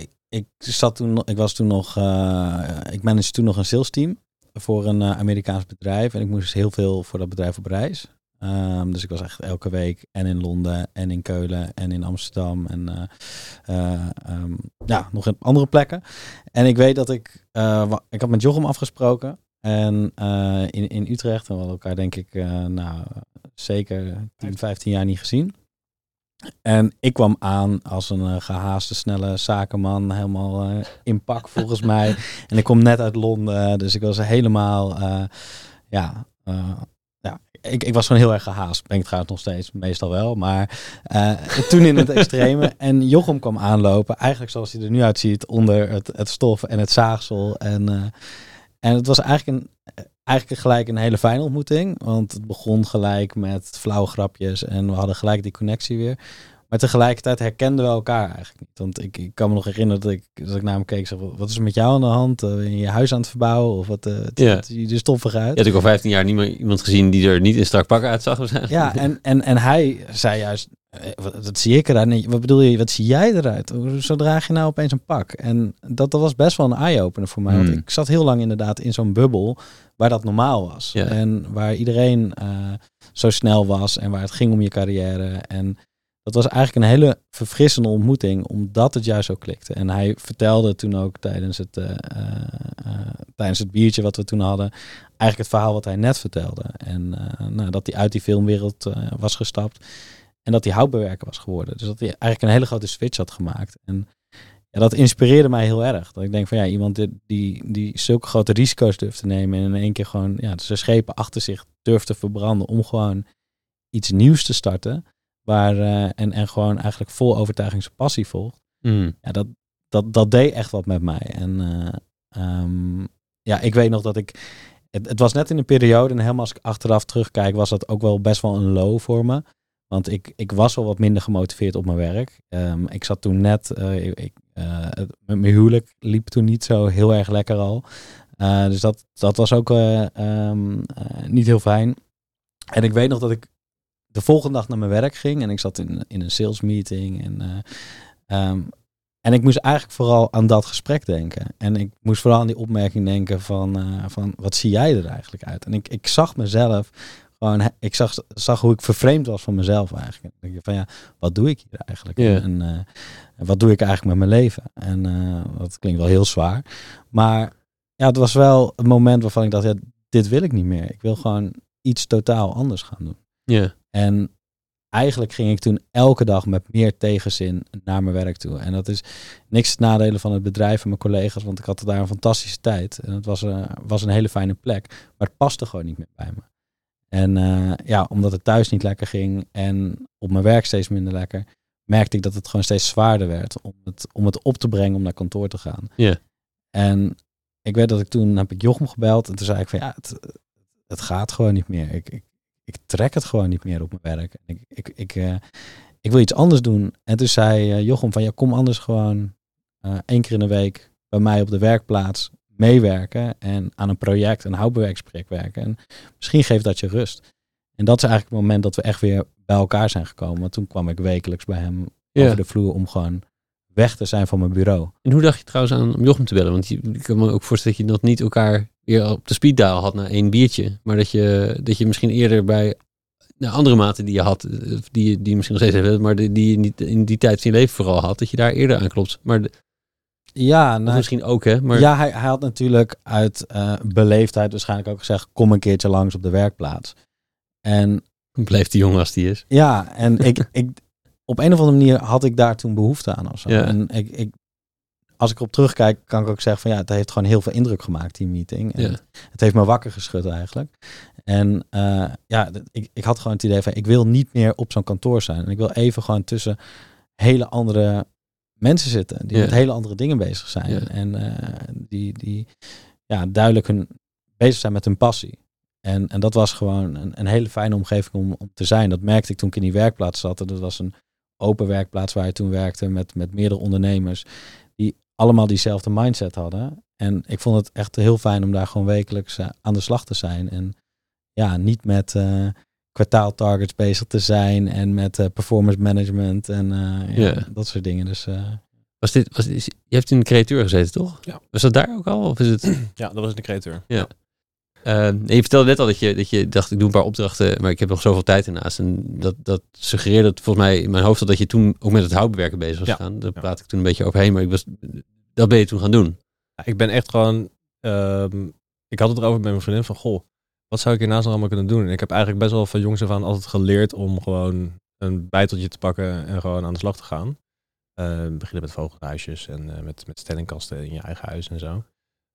ik manage toen nog een sales team voor een Amerikaans bedrijf. En ik moest dus heel veel voor dat bedrijf op reis. Dus ik was echt elke week en in Londen en in Keulen en in Amsterdam en nog in andere plekken. En ik weet dat ik had met Jochem afgesproken en in Utrecht. En we hadden elkaar denk ik zeker 10, 15 jaar niet gezien. En ik kwam aan als een gehaaste, snelle zakenman, helemaal in pak volgens mij. En ik kom net uit Londen, dus ik was helemaal, ik was gewoon heel erg gehaast. Ben ik trouwens nog steeds, meestal wel. Maar toen in het extreme. En Jochem kwam aanlopen, eigenlijk zoals hij er nu uitziet, onder het stof en het zaagsel. En het was eigenlijk gelijk een hele fijne ontmoeting. Want het begon gelijk met flauwe grapjes en we hadden gelijk die connectie weer. Maar tegelijkertijd herkenden we elkaar eigenlijk niet. Want ik kan me nog herinneren dat ik naar hem keek en zei, wat is er met jou aan de hand? Ben je huis aan het verbouwen? Of wat ziet er stoffig uit? Je had ook al 15 jaar iemand gezien die er niet in strak pak uitzag. Ja, en hij zei juist, wat zie ik eruit? Nee, wat bedoel je, wat zie jij eruit? Zo draag je nou opeens een pak? En dat was best wel een eye-opener voor mij. Want ik zat heel lang inderdaad in zo'n bubbel waar dat normaal was. Ja. En waar iedereen zo snel was en waar het ging om je carrière. En dat was eigenlijk een hele verfrissende ontmoeting, omdat het juist zo klikte. En hij vertelde toen ook tijdens het biertje wat we toen hadden, eigenlijk het verhaal wat hij net vertelde. En dat hij uit die filmwereld was gestapt. En dat hij houtbewerker was geworden. Dus dat hij eigenlijk een hele grote switch had gemaakt. En ja, dat inspireerde mij heel erg. Dat ik denk van iemand die zulke grote risico's durft te nemen. En in één keer gewoon zijn schepen achter zich durft te verbranden. Om gewoon iets nieuws te starten. En gewoon eigenlijk vol overtuiging zijn passie volgt. Ja, dat deed echt wat met mij. En ik weet nog dat ik... Het was net in een periode, en helemaal als ik achteraf terugkijk, was dat ook wel best wel een low voor me. Want ik was wel wat minder gemotiveerd op mijn werk. Ik zat toen net... mijn huwelijk liep toen niet zo heel erg lekker al. Dus dat was ook niet heel fijn. En ik weet nog dat ik de volgende dag naar mijn werk ging. En ik zat in een sales meeting. En ik moest eigenlijk vooral aan dat gesprek denken. En ik moest vooral aan die opmerking denken van wat zie jij er eigenlijk uit? En ik zag mezelf gewoon, ik zag hoe ik vervreemd was van mezelf eigenlijk. En ik dacht van wat doe ik hier eigenlijk? Yeah. En wat doe ik eigenlijk met mijn leven? En dat klinkt wel heel zwaar. Maar het was wel een moment waarvan ik dacht, dit wil ik niet meer. Ik wil gewoon iets totaal anders gaan doen. Yeah. En eigenlijk ging ik toen elke dag met meer tegenzin naar mijn werk toe. En dat is niks ten nadele van het bedrijf en mijn collega's, want ik had daar een fantastische tijd. En het was een hele fijne plek, maar het paste gewoon niet meer bij me. En omdat het thuis niet lekker ging en op mijn werk steeds minder lekker, merkte ik dat het gewoon steeds zwaarder werd om het op te brengen om naar kantoor te gaan. Yeah. En ik weet dat heb ik Jochem gebeld en toen zei ik van het gaat gewoon niet meer. Ik trek het gewoon niet meer op mijn werk. Ik wil iets anders doen. En toen zei Jochem van kom anders gewoon 1 keer in de week bij mij op de werkplaats meewerken en aan een project, een houtbewerksproject werken. En misschien geeft dat je rust. En dat is eigenlijk het moment dat we echt weer bij elkaar zijn gekomen. Want toen kwam ik wekelijks bij hem over de vloer om gewoon weg te zijn van mijn bureau. En hoe dacht je trouwens aan om Jochem te bellen? Want ik kan me ook voorstellen dat je nog niet elkaar weer op de speed dial had na 1 biertje. Maar dat je misschien eerder bij andere maten die je had, die je misschien nog steeds hebt, maar die je niet in die tijd van je leven vooral had, dat je daar eerder aan klopt. Maar misschien ook, hè? Maar... Ja, hij had natuurlijk uit beleefdheid waarschijnlijk ook gezegd, kom een keertje langs op de werkplaats. En bleef die jongen als die is. Ja, en ik op een of andere manier had ik daar toen behoefte aan of zo. Ja. En als ik erop terugkijk, kan ik ook zeggen van het heeft gewoon heel veel indruk gemaakt, die meeting. En het heeft me wakker geschud eigenlijk. En ik had gewoon het idee van, ik wil niet meer op zo'n kantoor zijn. En ik wil even gewoon tussen hele andere mensen zitten, die met hele andere dingen bezig zijn. Ja. En die duidelijk bezig zijn met hun passie. En dat was gewoon een hele fijne omgeving om te zijn. Dat merkte ik toen ik in die werkplaats zat. Dat was een open werkplaats waar je toen werkte met meerdere ondernemers die allemaal diezelfde mindset hadden. En ik vond het echt heel fijn om daar gewoon wekelijks aan de slag te zijn. En niet met kwartaaltargets bezig te zijn en met performance management en dat soort dingen. Dus je hebt in de createur gezeten, toch? Ja. Was dat daar ook al? Of is het... Ja, dat was in de createur. Ja. Je vertelde net al dat je dacht, ik doe een paar opdrachten, maar ik heb nog zoveel tijd ernaast. En dat suggereerde het volgens mij in mijn hoofd dat je toen ook met het houtbewerken bezig was gaan. Daar praat ik toen een beetje overheen, maar dat ben je toen gaan doen. Ja, ik ben echt gewoon, ik had het erover met mijn vriendin van, wat zou ik hiernaast nog allemaal kunnen doen? En ik heb eigenlijk best wel van jongs af aan altijd geleerd om gewoon een bijteltje te pakken en gewoon aan de slag te gaan. Beginnen met vogelhuisjes en met stellingkasten in je eigen huis en zo.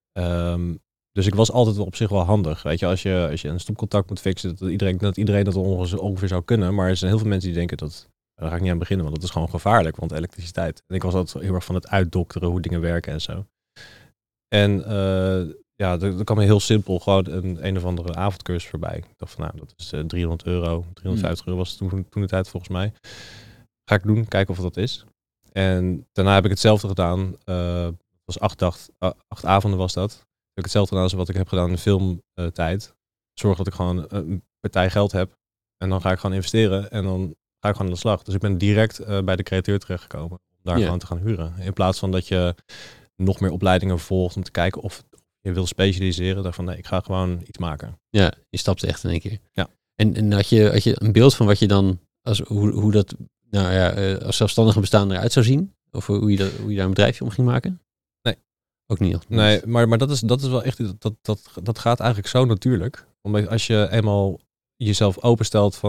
Dus ik was altijd op zich wel handig. Weet je, als je een stopcontact moet fixen, dat iedereen dat ongeveer zou kunnen. Maar er zijn heel veel mensen die denken daar ga ik niet aan beginnen, want dat is gewoon gevaarlijk, want elektriciteit. En ik was altijd heel erg van het uitdokteren, hoe dingen werken en zo. En dat kwam me heel simpel, gewoon een of andere avondcursus voorbij. Ik dacht van, dat is €300, €350 was het toen de tijd volgens mij. Ga ik doen, kijken of dat is. En daarna heb ik hetzelfde gedaan. Het was 8 avonden was dat. Heb ik hetzelfde gedaan als wat ik heb gedaan in de filmtijd. Zorg dat ik gewoon een partij geld heb. En dan ga ik gewoon investeren. En dan ga ik gewoon aan de slag. Dus ik ben direct bij de createur terechtgekomen. Om daar gewoon te gaan huren. In plaats van dat je nog meer opleidingen volgt om te kijken of je wil specialiseren. Daarvan nee, ik ga gewoon iets maken. Ja, je stapte echt in één keer. Ja. En had je een beeld van wat je dan, hoe dat als zelfstandige bestaan eruit zou zien? Of hoe je daar een bedrijfje om ging maken? Nee. Ook niet. Nee, maar dat is wel echt, dat gaat eigenlijk zo natuurlijk. Omdat als je eenmaal jezelf openstelt van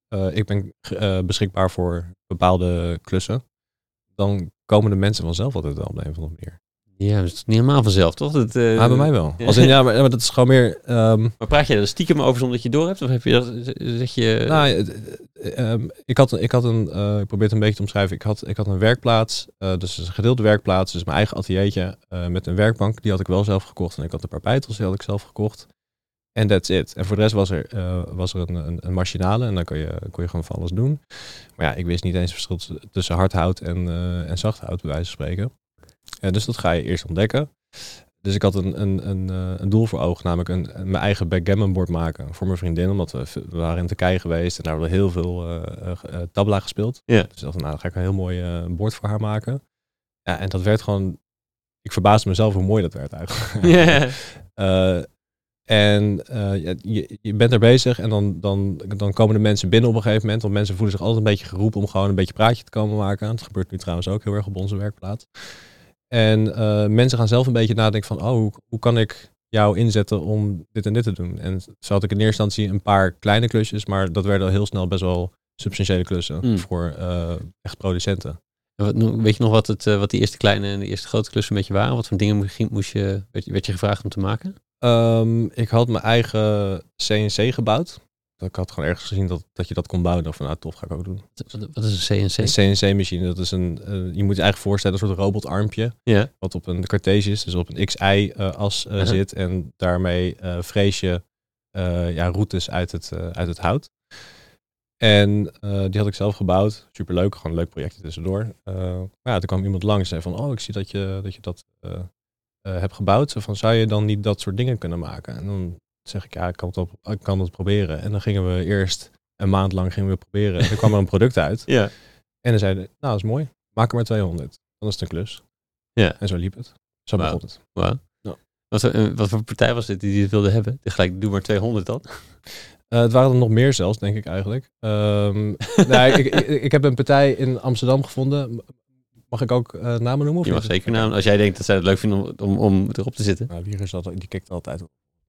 ik ben beschikbaar voor bepaalde klussen, dan komen de mensen vanzelf altijd wel op de een of andere manier. Ja, dat is niet helemaal vanzelf, toch? Dat, bij mij wel. Als in, maar dat is gewoon meer... Maar praat je er stiekem over zonder dat je door hebt? Of heb je dat... Zeg je... Nou, ik probeer het een beetje te omschrijven. Ik had een werkplaats, dus een gedeelde werkplaats, dus mijn eigen ateliertje met een werkbank. Die had ik wel zelf gekocht. En ik had een paar peitels, die had ik zelf gekocht. En that's it. En voor de rest was er een machinale en dan kon je gewoon van alles doen. Maar ja, ik wist niet eens het verschil tussen hardhout en zachthout, bij wijze van spreken. Dus dat ga je eerst ontdekken. Dus ik had een doel voor ogen, namelijk mijn eigen backgammon-bord maken voor mijn vriendin. Omdat we waren in Turkije geweest en daar hadden we heel veel tabla gespeeld. Yeah. Dus ik dacht, dan ga ik een heel mooi bord voor haar maken. Ja, en dat werd gewoon... Ik verbaasde mezelf hoe mooi dat werd eigenlijk. Yeah. Je bent er bezig en dan komen de mensen binnen op een gegeven moment. Want mensen voelen zich altijd een beetje geroepen om gewoon een beetje praatje te komen maken. Dat gebeurt nu trouwens ook heel erg op onze werkplaats. En mensen gaan zelf een beetje nadenken van, hoe kan ik jou inzetten om dit en dit te doen? En zo had ik in eerste instantie een paar kleine klusjes, maar dat werden al heel snel best wel substantiële klussen voor echt producenten. Weet je nog wat die eerste kleine en de eerste grote klussen met je waren? Wat voor dingen werd je gevraagd om te maken? Ik had mijn eigen CNC gebouwd. Ik had gewoon ergens gezien dat je dat kon bouwen. Of nou, tof, ga ik ook doen. Wat is een CNC? Een CNC-machine, dat is je moet je eigenlijk voorstellen, een soort robotarmpje. Yeah. Wat op een Cartesius, dus op een XY-as zit. En daarmee vrees je routes uit het hout. En die had ik zelf gebouwd. Superleuk, gewoon een leuk projectje tussendoor. Maar toen kwam iemand langs en zei van, ik zie dat je dat hebt gebouwd. Zo van, zou je dan niet dat soort dingen kunnen maken? En dan zeg ik, ik kan het proberen. En dan gingen we eerst een maand lang proberen. En dan kwam er een product uit. Ja. En dan zeiden, nou, dat is mooi. Maak er maar 200. Dan is het een klus. Ja. En zo liep het. Zo begon het. Wow. Ja. Wat voor partij was dit die het wilde hebben? Gelijk, doe maar 200 dan. Het waren er nog meer zelfs, denk ik eigenlijk. Ik heb een partij in Amsterdam gevonden. Mag ik ook namen noemen? Of je mag zeker namen. Als jij denkt dat zij het leuk vinden om erop te zitten. Nou, die kijkt altijd op.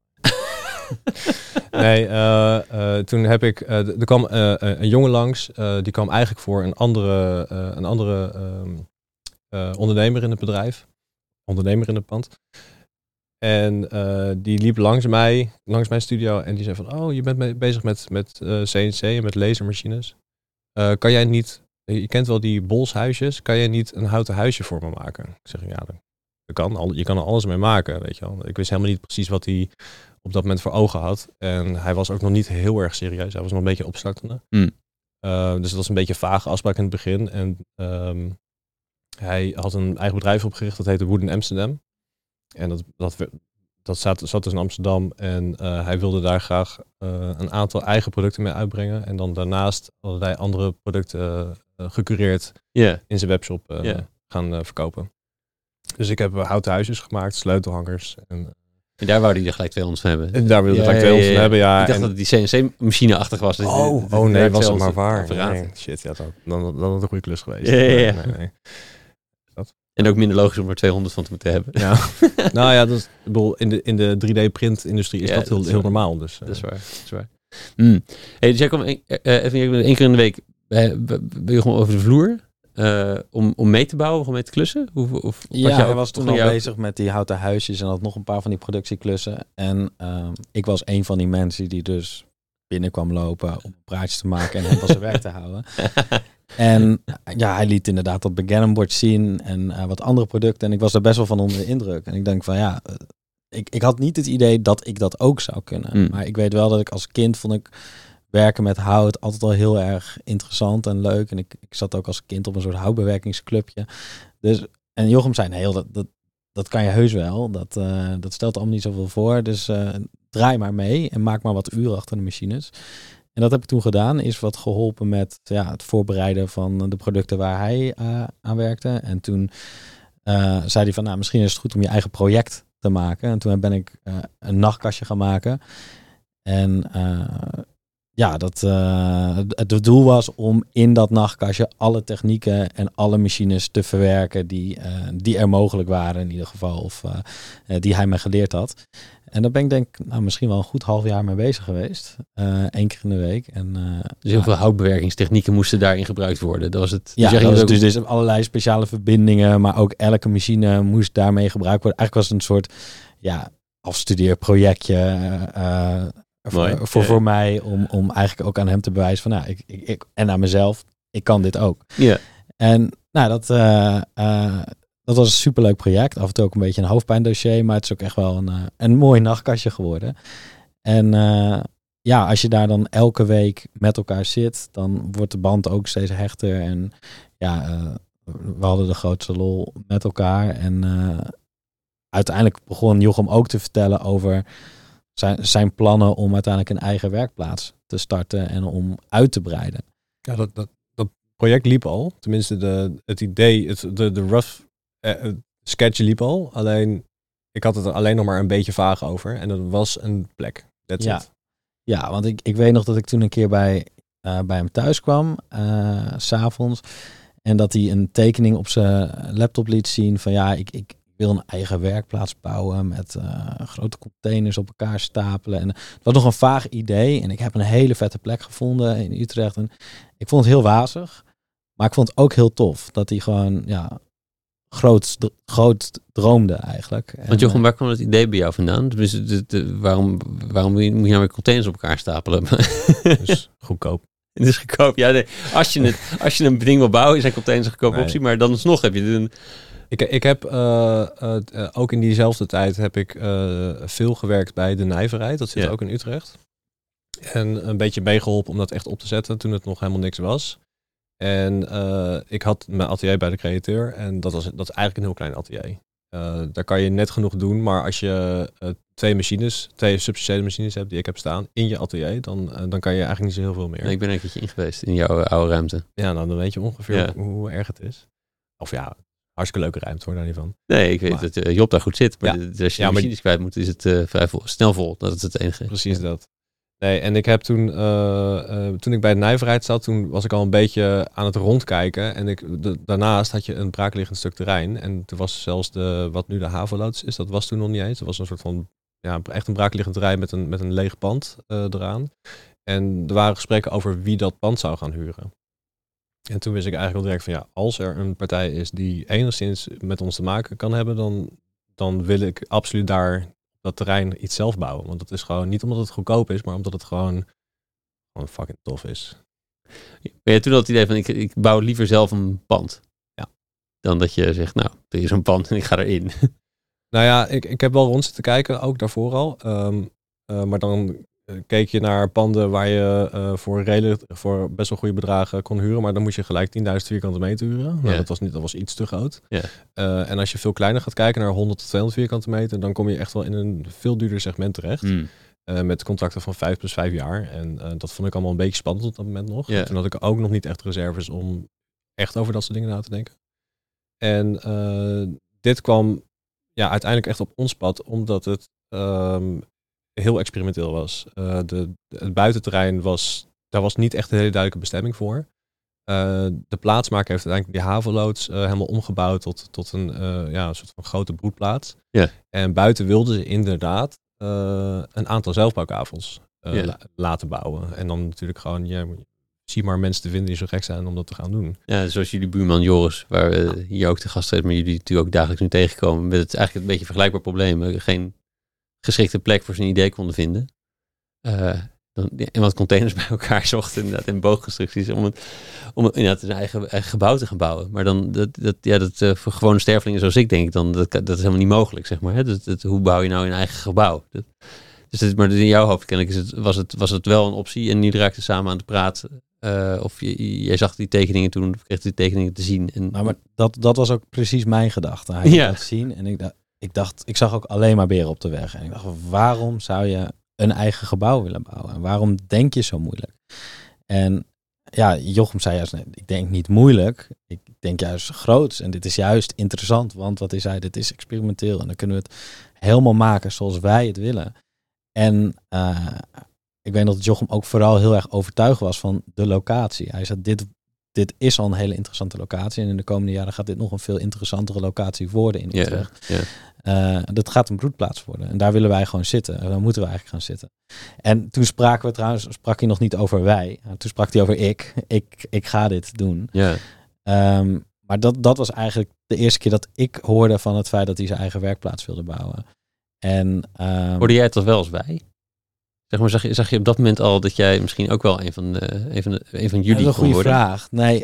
Nee, toen heb ik... er kwam een jongen langs. Die kwam eigenlijk voor een andere ondernemer in het bedrijf. Ondernemer in het pand. En die liep langs mijn studio. En die zei van... je bent bezig met CNC en met lasermachines. Kan jij niet... Je kent wel die bolshuisjes. Kan jij niet een houten huisje voor me maken? Ik zeg, ja, dat kan. Je kan er alles mee maken, weet je wel. Ik wist helemaal niet precies wat hij op dat moment voor ogen had. En hij was ook nog niet heel erg serieus. Hij was nog een beetje opstartende. Dus dat was een beetje een vage afspraak in het begin. En hij had een eigen bedrijf opgericht. Dat heette Wooden Amsterdam. En dat zat dus in Amsterdam. En hij wilde daar graag een aantal eigen producten mee uitbrengen. En dan daarnaast allerlei andere producten gecureerd in zijn webshop gaan verkopen. Dus ik heb houten huisjes gemaakt, sleutelhangers. En daar wou hij er gelijk 200 van hebben. En daar wilde hij gelijk 200 van hebben, ja. Ik dacht dat het die CNC-machine-achtig was. Nee, was het maar waar. Nee, shit, ja, dan had het een goede klus geweest. Ja. Nee. En ook minder logisch om er 200 van te moeten hebben. Ja. Nou ja, dat is, in de 3D-print-industrie is dat heel normaal. Dus, dat is waar. Hey, dus jij kwam één keer in de week ben je gewoon over de vloer om mee te bouwen, om mee te klussen? Hij was toen al bezig met die houten huisjes en had nog een paar van die productieklussen. En ik was een van die mensen die dus binnenkwam lopen om praatjes te maken en hem van zijn werk te houden. En ja, hij liet inderdaad dat backgammon-bord zien en wat andere producten. En ik was er best wel van onder de indruk. En ik denk van ja, ik had niet het idee dat ik dat ook zou kunnen. Maar ik weet wel dat ik als kind vond ik werken met hout altijd al heel erg interessant en leuk. En ik zat ook als kind op een soort houtbewerkingsclubje. Dus, en Jochem zei, nee, dat kan je heus wel. Dat stelt allemaal niet zoveel voor. Dus draai maar mee en maak maar wat uren achter de machines. En dat heb ik toen gedaan. Is wat geholpen met het voorbereiden van de producten waar hij aan werkte. En toen zei hij van, nou, misschien is het goed om je eigen project te maken. En toen ben ik een nachtkastje gaan maken. En het doel was om in dat nachtkastje alle technieken en alle machines te verwerken die er mogelijk waren in ieder geval. Of die hij me geleerd had. En daar ben ik denk misschien wel een goed half jaar mee bezig geweest. 1 keer in de week. En, dus heel veel houtbewerkingstechnieken moesten daarin gebruikt worden. Dat was het. Ja, dat was dus allerlei speciale verbindingen. Maar ook elke machine moest daarmee gebruikt worden. Eigenlijk was het een soort afstudeerprojectje voor mij. Om eigenlijk ook aan hem te bewijzen van ik en aan mezelf. Ik kan dit ook. Ja. En dat was een superleuk project. Af en toe ook een beetje een hoofdpijndossier. Maar het is ook echt wel een mooi nachtkastje geworden. En als je daar dan elke week met elkaar zit, dan wordt de band ook steeds hechter. En we hadden de grootste lol met elkaar. En uiteindelijk begon Jochem ook te vertellen over zijn plannen om uiteindelijk een eigen werkplaats te starten en om uit te breiden. Ja, dat project liep al. Tenminste, het idee, de rough sketch liep al. Alleen, ik had het er alleen nog maar een beetje vaag over. En dat was een plek. That's it. Ja, want ik weet nog dat ik toen een keer bij hem thuis kwam, 's avonds. En dat hij een tekening op zijn laptop liet zien van ik wil een eigen werkplaats bouwen met grote containers op elkaar stapelen. En het was nog een vaag idee. En ik heb een hele vette plek gevonden in Utrecht. En ik vond het heel wazig. Maar ik vond het ook heel tof dat hij gewoon groot droomde eigenlijk. Want Jochem, waar kwam het idee bij jou vandaan? Dus waarom moet je nou weer containers op elkaar stapelen? Dus goedkoop. Het is goedkoop. Ja, nee. Als je een ding wil bouwen, zijn containers een goedkope optie. Maar dan alsnog heb je een... Ik heb ook in diezelfde tijd heb ik veel gewerkt bij de Nijverheid. Dat zit ook in Utrecht. En een beetje meegeholpen om dat echt op te zetten toen het nog helemaal niks was. En ik had mijn atelier bij de createur. En dat is eigenlijk een heel klein atelier. Daar kan je net genoeg doen. Maar als je 2 substantiële machines hebt die ik heb staan in je atelier, dan kan je eigenlijk niet zo heel veel meer. Nee, ik ben een keertje in geweest in jouw oude ruimte. Ja, dan weet je ongeveer hoe erg het is. Of hartstikke leuke ruimte hoor, daar niet van. Nee, ik weet dat Job daar goed zit. Maar als je machines kwijt moet, is het vrij snel vol. Dat is het enige. Precies dat. Nee, en ik heb toen ik bij de Nijverheid zat, toen was ik al een beetje aan het rondkijken. En daarnaast had je een braakliggend stuk terrein. En toen was zelfs wat nu de Haveloods is, dat was toen nog niet eens. Het was een soort van, echt een braakliggend terrein met een leeg pand eraan. En er waren gesprekken over wie dat pand zou gaan huren. En toen wist ik eigenlijk al direct van als er een partij is die enigszins met ons te maken kan hebben, dan wil ik absoluut daar dat terrein iets zelf bouwen. Want dat is gewoon niet omdat het goedkoop is, maar omdat het gewoon fucking tof is. Ben je toen al het idee van ik bouw liever zelf een pand? Ja. Dan dat je zegt, er is een pand en ik ga erin. Nou ja, ik heb wel rond zitten kijken, ook daarvoor al. Maar dan keek je naar panden waar je voor best wel goede bedragen kon huren. Maar dan moest je gelijk 10.000 vierkante meter huren. Nou, dat was iets te groot. Ja. En als je veel kleiner gaat kijken naar 100 tot 200 vierkante meter, dan kom je echt wel in een veel duurder segment terecht. Met contracten van 5 plus 5 jaar. En dat vond ik allemaal een beetje spannend op dat moment nog. Ja. Toen had ik ook nog niet echt reserves om echt over dat soort dingen na te denken. En dit kwam uiteindelijk echt op ons pad, omdat het heel experimenteel was. Het buitenterrein daar was niet echt een hele duidelijke bestemming voor. De plaatsmaker heeft uiteindelijk die Haveloods helemaal omgebouwd tot een soort van grote broedplaats. Ja. En buiten wilden ze inderdaad een aantal zelfbouwkavels laten bouwen. En dan natuurlijk gewoon, zie maar mensen te vinden die zo gek zijn om dat te gaan doen. Ja, zoals jullie buurman Joris, waar we hier ook te gast zijn, maar jullie natuurlijk ook dagelijks nu tegenkomen, met het eigenlijk een beetje vergelijkbaar probleem. Geen geschikte plek voor zijn idee konden vinden. En wat containers bij elkaar zochten inderdaad in boogconstructies om inderdaad zijn eigen gebouw te gaan bouwen. Maar dan dat voor gewone stervelingen zoals ik denk, dan dat is helemaal niet mogelijk, zeg maar. Hè? Hoe bouw je nou een eigen gebouw? Maar in jouw hoofd kennelijk was het wel een optie en jullie raakten samen aan de praat. Of jij zag die tekeningen toen, kreeg die tekeningen te zien. En... Nou, maar dat was ook precies mijn gedachte. Hij had het zien en ik zag ook alleen maar beren op de weg. En ik dacht, waarom zou je een eigen gebouw willen bouwen? En waarom denk je zo moeilijk? En Jochem zei juist, nee, ik denk niet moeilijk. Ik denk juist groots. En dit is juist interessant, want wat hij zei, dit is experimenteel. En dan kunnen we het helemaal maken zoals wij het willen. En ik weet dat Jochem ook vooral heel erg overtuigd was van de locatie. Hij zei, dit is al een hele interessante locatie. En in de komende jaren gaat dit nog een veel interessantere locatie worden in Utrecht. Dat gaat een broedplaats worden. En daar willen wij gewoon zitten. En daar moeten we eigenlijk gaan zitten. En toen sprak hij nog niet over wij. Toen sprak hij over ik. Ik ga dit doen. Maar dat was eigenlijk de eerste keer dat ik hoorde van het feit dat hij zijn eigen werkplaats wilde bouwen. En, hoorde jij het toch wel als wij? Zeg maar, zag je op dat moment al dat jij misschien ook wel een van jullie kon worden? Dat is een goede vraag. Nee,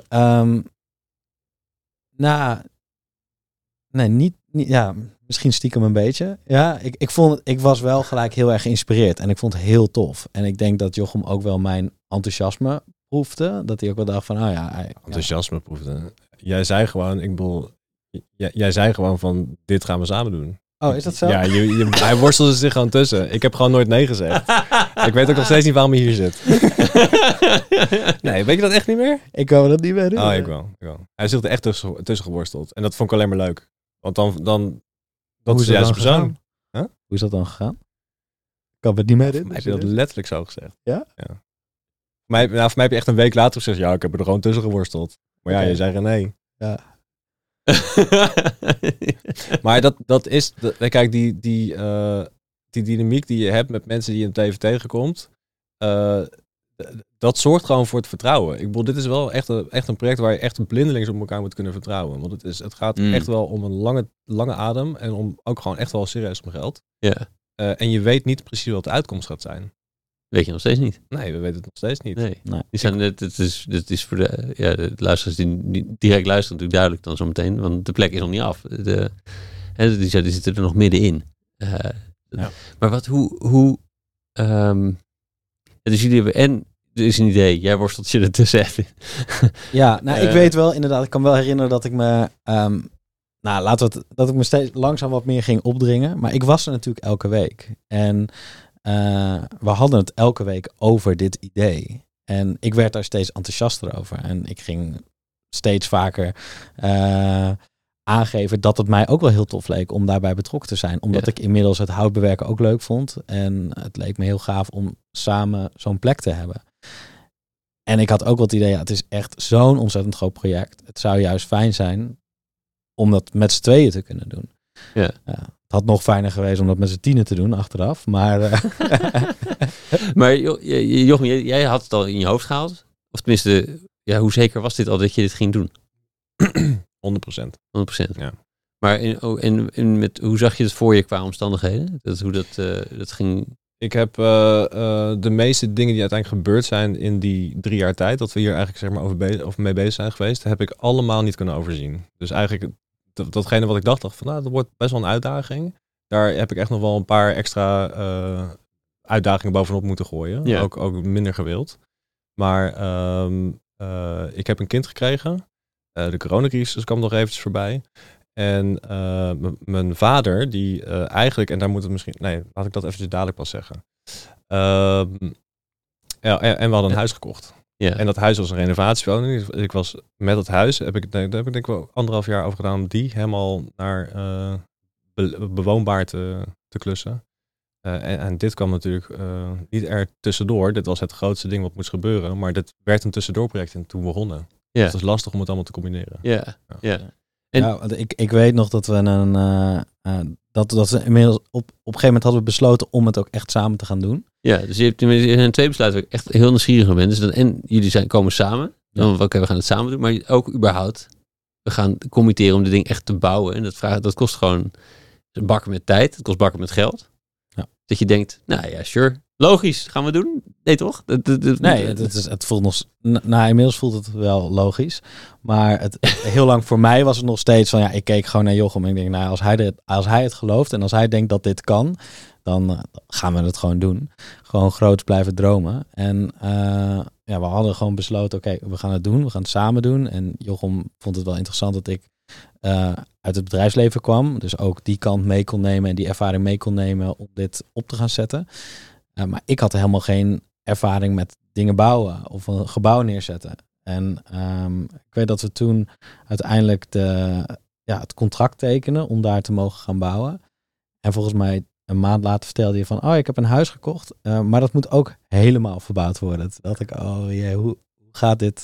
niet. Ja, misschien stiekem een beetje. Ja, ik was wel gelijk heel erg geïnspireerd en ik vond het heel tof. En ik denk dat Jochem ook wel mijn enthousiasme proefde. Dat hij ook wel dacht van, enthousiasme proefde. Jij zei gewoon, jij zei gewoon van, dit gaan we samen doen. Oh, is dat zo? Ja, hij worstelde zich gewoon tussen. Ik heb gewoon nooit nee gezegd. Ik weet ook nog steeds niet waarom hij hier zit. Nee, weet je dat echt niet meer? Ik kan me dat niet meer doen. Oh, ik wel. Hij is er echt tussen geworsteld. En dat vond ik alleen maar leuk. Want dan dat is de juiste persoon. Huh? Hoe is dat dan gegaan? Ik kan me het niet meer doen. Heb je dat letterlijk zo gezegd? Ja? Voor mij heb je echt een week later gezegd, ja, ik heb er gewoon tussen geworsteld. Maar ja, je zei nee. Ja. Maar dat is, kijk, die dynamiek die je hebt met mensen die je in het leven tegenkomt, dat zorgt gewoon voor het vertrouwen. Ik bedoel, dit is wel echt een project waar je echt blindelings op elkaar moet kunnen vertrouwen. Want het gaat echt wel om een lange adem en om ook gewoon echt wel serieus om geld. En je weet niet precies wat de uitkomst gaat zijn. Weet je nog steeds niet? Nee, we weten het nog steeds niet. Nee. Het is voor de luisteraars die niet direct luisteren natuurlijk duidelijk dan zometeen. Want de plek is nog niet af. Die zitten er nog middenin. Maar hoe dus jullie hebben er is een idee. Jij worstelt je ertussen even. Ja, ik weet wel inderdaad. Ik kan me wel herinneren dat ik me... dat ik me steeds langzaam wat meer ging opdringen. Maar ik was er natuurlijk elke week. En... we hadden het elke week over dit idee. En ik werd daar steeds enthousiaster over. En ik ging steeds vaker aangeven dat het mij ook wel heel tof leek om daarbij betrokken te zijn. Omdat ik inmiddels het houtbewerken ook leuk vond. En het leek me heel gaaf om samen zo'n plek te hebben. En ik had ook wel het idee, het is echt zo'n ontzettend groot project. Het zou juist fijn zijn om dat met z'n tweeën te kunnen doen. Ja. Het had nog fijner geweest om dat met z'n tienen te doen achteraf. Maar, maar Jochem, jij had het al in je hoofd gehaald? Of tenminste, hoe zeker was dit al dat je dit ging doen? 100%. Ja. Maar hoe zag je het voor je qua omstandigheden? Hoe dat ging? Ik heb de meeste dingen die uiteindelijk gebeurd zijn in die 3 jaar tijd, dat we hier eigenlijk zeg maar over mee bezig zijn geweest, heb ik allemaal niet kunnen overzien. Dus eigenlijk datgene wat ik dacht van, dat wordt best wel een uitdaging. Daar heb ik echt nog wel een paar extra uitdagingen bovenop moeten gooien. Ja. Ook minder gewild. Maar ik heb een kind gekregen. De coronacrisis kwam nog eventjes voorbij. En mijn vader, die eigenlijk, en daar moet het misschien... Nee, laat ik dat eventjes dadelijk pas zeggen. En we hadden een huis gekocht. Ja. En dat huis was een renovatiewoning. Dus ik was met het huis, daar heb ik denk ik wel 1,5 jaar over gedaan om die helemaal naar bewoonbaar te klussen. En dit kwam natuurlijk niet er tussendoor. Dit was het grootste ding wat moest gebeuren. Maar dit werd een tussendoorproject en toen begonnen. Ja. Dus het was lastig om het allemaal te combineren. Ja. En ik weet nog dat we dat we inmiddels op een gegeven moment hadden we besloten om het ook echt samen te gaan doen. Ja, dus je zijn 2 besluiten waar ik echt heel nieuwsgierig ben. Dus en jullie komen samen. Dan, we gaan het samen doen. Maar ook überhaupt, we gaan committeren om dit ding echt te bouwen. En dat kost gewoon bakken met tijd. Het kost bakken met geld. Ja. Dat je denkt, sure. Logisch, gaan we doen? Nee, toch? Het voelt nog... inmiddels voelt het wel logisch. Maar heel lang voor mij was het nog steeds van... ik keek gewoon naar Jochem en ik denk... als hij het gelooft en als hij denkt dat dit kan... dan gaan we het gewoon doen. Gewoon groots blijven dromen. En we hadden gewoon besloten... oké, we gaan het doen. We gaan het samen doen. En Jochem vond het wel interessant dat ik... uit het bedrijfsleven kwam. Dus ook die kant mee kon nemen... en die ervaring mee kon nemen... om dit op te gaan zetten... maar ik had helemaal geen ervaring met dingen bouwen of een gebouw neerzetten. En ik weet dat we toen uiteindelijk het contract tekenen om daar te mogen gaan bouwen. En volgens mij een maand later vertelde je van, ik heb een huis gekocht, maar dat moet ook helemaal verbouwd worden. Toen dacht ik, hoe gaat dit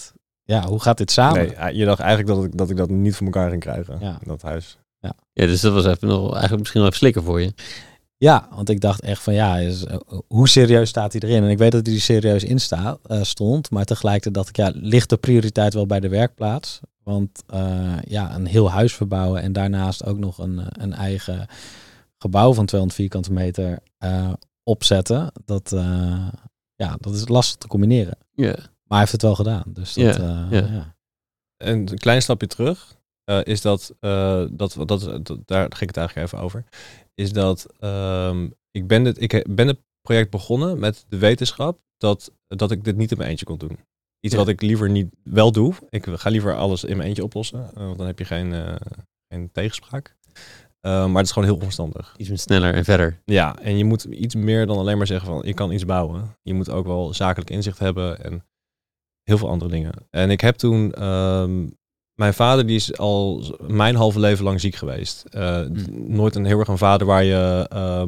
hoe gaat dit samen? Nee, je dacht eigenlijk dat ik dat niet voor elkaar ging krijgen. Dat huis. Ja, dus dat was eigenlijk misschien wel even slikken voor je. Ja, want ik dacht echt van hoe serieus staat hij erin? En ik weet dat hij er serieus in stond. Maar tegelijkertijd dacht ik, ligt de prioriteit wel bij de werkplaats? Want een heel huis verbouwen en daarnaast ook nog een eigen gebouw van 200 vierkante meter opzetten. Dat is lastig te combineren. Yeah. Maar hij heeft het wel gedaan. Dus dat, En een klein stapje terug is dat daar ging ik het eigenlijk even over. Is dat ik ben het project begonnen met de wetenschap dat ik dit niet in mijn eentje kon doen. Iets wat ik liever niet wel doe. Ik ga liever alles in mijn eentje oplossen. Want dan heb je geen tegenspraak. Maar het is gewoon heel onverstandig. Iets sneller en verder. Ja, en je moet iets meer dan alleen maar zeggen van ik kan iets bouwen. Je moet ook wel zakelijk inzicht hebben en heel veel andere dingen. En ik heb toen mijn vader die is al mijn halve leven lang ziek geweest. Nooit heel erg een vader waar je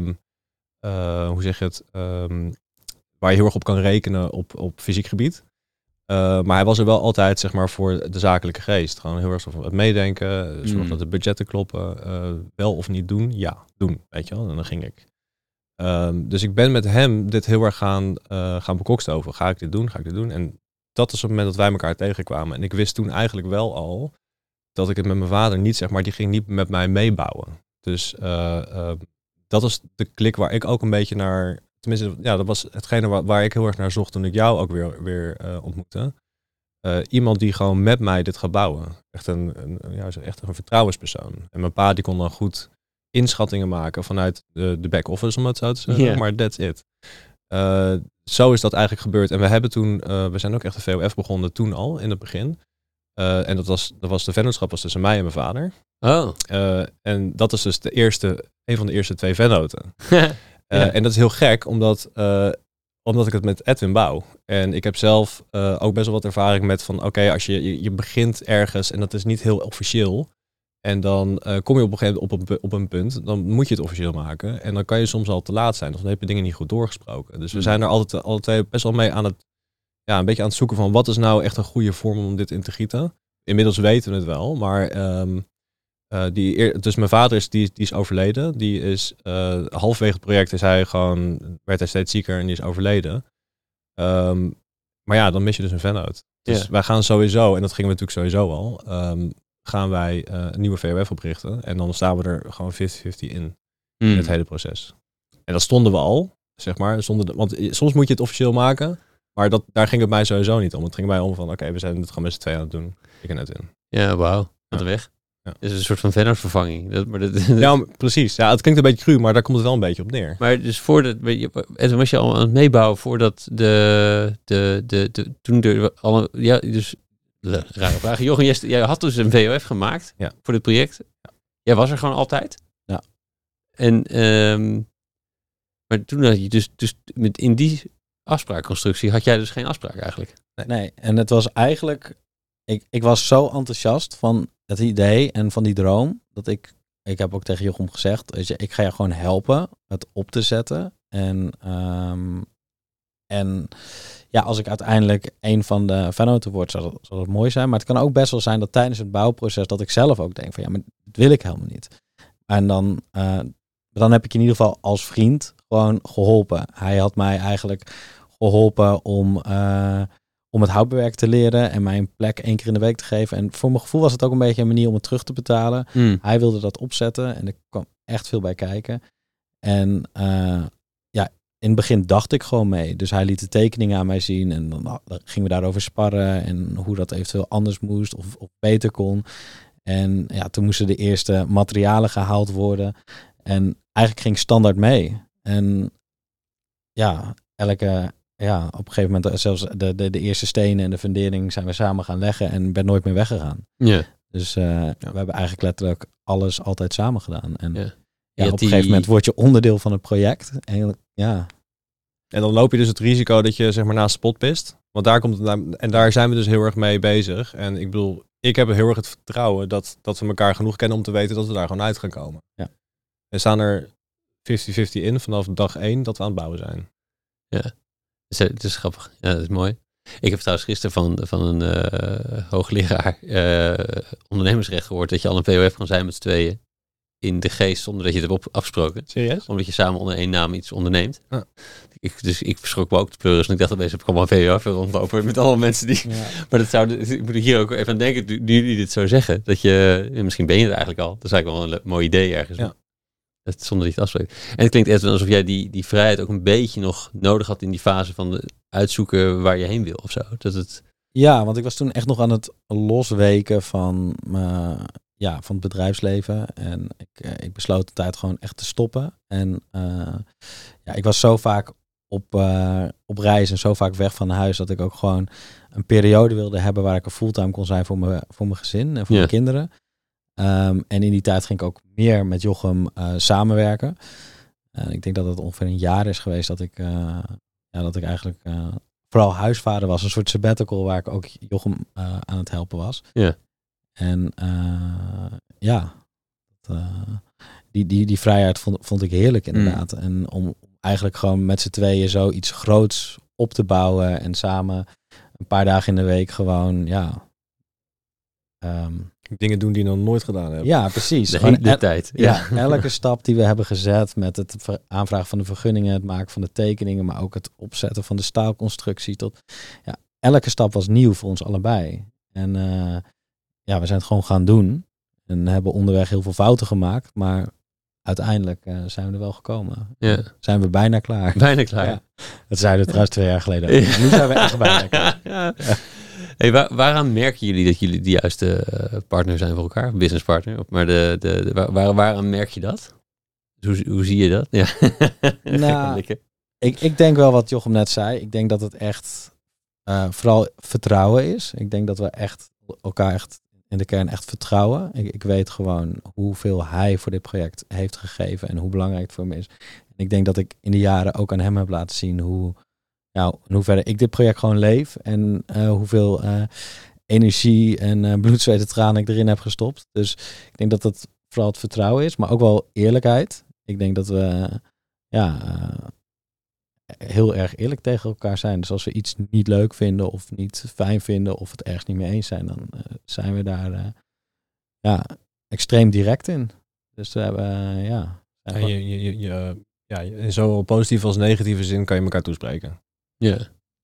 waar je heel erg op kan rekenen op fysiek gebied. Maar hij was er wel altijd, zeg maar, voor de zakelijke geest. Gewoon heel erg van het meedenken, zorg dat de budgetten kloppen. Wel of niet doen? Ja, doen, weet je wel. En dan ging ik. Dus ik ben met hem dit heel erg gaan bekokstoven. Ga ik dit doen? En dat is op het moment dat wij elkaar tegenkwamen. En ik wist toen eigenlijk wel al dat ik het met mijn vader niet, zeg maar, die ging niet met mij meebouwen. Dus dat is de klik waar ik ook een beetje naar... Tenminste, dat was hetgene waar ik heel erg naar zocht toen ik jou ook weer ontmoette. Iemand die gewoon met mij dit gaat bouwen. Echt echt een vertrouwenspersoon. En mijn pa die kon dan goed inschattingen maken vanuit de back-office, om het zo te zeggen. Yeah. Maar that's it. Zo is dat eigenlijk gebeurd. En we hebben toen, we zijn ook echt de VOF begonnen toen al, in het begin. En dat was de vennootschap was tussen mij en mijn vader. Oh. En dat is dus een van de eerste 2 vennoten. En dat is heel gek, omdat ik het met Edwin bouw. En ik heb zelf ook best wel wat ervaring met van... Oké, als je begint ergens en dat is niet heel officieel... En dan kom je op een gegeven moment op een punt... dan moet je het officieel maken. En dan kan je soms al te laat zijn. Of dan heb je dingen niet goed doorgesproken. Dus we zijn er alle twee best wel mee aan een beetje aan het zoeken van... wat is nou echt een goede vorm om dit in te gieten? Inmiddels weten we het wel, maar... dus mijn vader die is overleden. Die is halverwege het project werd hij steeds zieker en die is overleden. Maar ja, dan mis je dus een vennoot. Dus wij gaan sowieso, en dat gingen we natuurlijk sowieso al, gaan wij een nieuwe VOF oprichten. En dan staan we er gewoon 50-50 in het hele proces. En dat stonden we al, zeg maar. Want soms moet je het officieel maken, maar daar ging het mij sowieso niet om. Het ging mij om van, oké, we zijn het gewoon met z'n tweeën aan het doen. Ik en Edwin. Ja, wauw. Wat een weg. Ja. Het is een soort van vennootvervanging. Ja, precies. Ja, het klinkt een beetje cru, maar daar komt het wel een beetje op neer. Maar dus Edwin, was je al aan het meebouwen voordat toen er alle... Ja, dus... Rare vraag. Jochen, jij had dus een VOF gemaakt voor dit project. Ja. Jij was er gewoon altijd. Ja. En maar toen had je dus in die afspraakconstructie had jij dus geen afspraak eigenlijk. Nee. En het was eigenlijk... Ik was zo enthousiast van het idee en van die droom, dat ik heb ook tegen Jochem gezegd, weet je, ik ga je gewoon helpen het op te zetten. En als ik uiteindelijk een van de vennoten word, zal het mooi zijn. Maar het kan ook best wel zijn dat tijdens het bouwproces dat ik zelf ook denk van maar dat wil ik helemaal niet. En dan heb ik in ieder geval als vriend gewoon geholpen. Hij had mij eigenlijk geholpen om het houtbewerk te leren en mij een plek 1 keer in de week te geven. En voor mijn gevoel was het ook een beetje een manier om het terug te betalen. Hij wilde dat opzetten en er kwam echt veel bij kijken. En in het begin dacht ik gewoon mee. Dus hij liet de tekeningen aan mij zien en dan gingen we daarover sparren en hoe dat eventueel anders moest of beter kon. En toen moesten de eerste materialen gehaald worden. En eigenlijk ging standaard mee. En op een gegeven moment zelfs de eerste stenen en de fundering zijn we samen gaan leggen en ben nooit meer weggegaan. Ja. Dus we hebben eigenlijk letterlijk alles altijd samen gedaan. En op een gegeven moment word je onderdeel van het project. En dan loop je dus het risico dat je, zeg maar, naast de pot pist. Want daar zijn we dus heel erg mee bezig. En ik bedoel, ik heb heel erg het vertrouwen dat we elkaar genoeg kennen om te weten dat we daar gewoon uit gaan komen. Ja. We staan er 50-50 in vanaf dag 1 dat we aan het bouwen zijn. Ja. Het is grappig. Ja, dat is mooi. Ik heb trouwens gisteren van een hoogleraar ondernemersrecht gehoord dat je al een POF kan zijn met z'n tweeën in de geest zonder dat je het hebt afgesproken. Serieus? Omdat je samen onder één naam iets onderneemt. Ah. Ik verschrok me ook de pleuris en ik dacht opeens heb ik allemaal een POF rondlopen met allemaal mensen die... Ja. Maar ik moet hier ook even aan denken, nu jullie dit zo zeggen, dat je, misschien ben je het eigenlijk al. Dat is eigenlijk wel een mooi idee ergens. Ja. Zonder dat je het afspreekt. En het klinkt Edwin alsof jij die vrijheid ook een beetje nog nodig had in die fase van uitzoeken waar je heen wil of zo. Dat het... Ja, want ik was toen echt nog aan het losweken van het bedrijfsleven. En ik besloot de tijd gewoon echt te stoppen. En ik was zo vaak op reis en zo vaak weg van huis dat ik ook gewoon een periode wilde hebben waar ik er fulltime kon zijn voor mijn gezin en voor mijn kinderen. En in die tijd ging ik ook meer met Jochem samenwerken. Ik denk dat het ongeveer een jaar is geweest dat ik eigenlijk vooral huisvader was. Een soort sabbatical waar ik ook Jochem aan het helpen was. Ja. En die vrijheid vond ik heerlijk inderdaad. En om eigenlijk gewoon met z'n tweeën zoiets groots op te bouwen en samen een paar dagen in de week gewoon, dingen doen die je nog nooit gedaan hebben. Ja, precies. De hele tijd. Ja, elke stap die we hebben gezet met het aanvragen van de vergunningen, het maken van de tekeningen, maar ook het opzetten van de staalconstructie tot... Ja, elke stap was nieuw voor ons allebei. En we zijn het gewoon gaan doen. En hebben onderweg heel veel fouten gemaakt, maar uiteindelijk zijn we er wel gekomen. Ja. Zijn we bijna klaar. Bijna klaar. Ja. Dat zeiden we trouwens 2 jaar geleden. Ja. Nu zijn we echt bijna klaar. Ja. Hey, waaraan merken jullie dat jullie de juiste partner zijn voor elkaar? Businesspartner. Maar waaraan merk je dat? Hoe zie je dat? Ja. Nou, ik denk wel wat Jochem net zei. Ik denk dat het echt vooral vertrouwen is. Ik denk dat we echt elkaar echt in de kern echt vertrouwen. Ik weet gewoon hoeveel hij voor dit project heeft gegeven en hoe belangrijk het voor hem is. En ik denk dat ik in de jaren ook aan hem heb laten zien in hoeverre ik dit project gewoon leef en hoeveel energie en bloed, zweet en tranen ik erin heb gestopt. Dus ik denk dat het vooral het vertrouwen is, maar ook wel eerlijkheid. Ik denk dat we heel erg eerlijk tegen elkaar zijn. Dus als we iets niet leuk vinden of niet fijn vinden of het ergens niet mee eens zijn, dan zijn we daar extreem direct in. Dus we hebben in zowel positieve als negatieve zin kan je elkaar toespreken. Ja.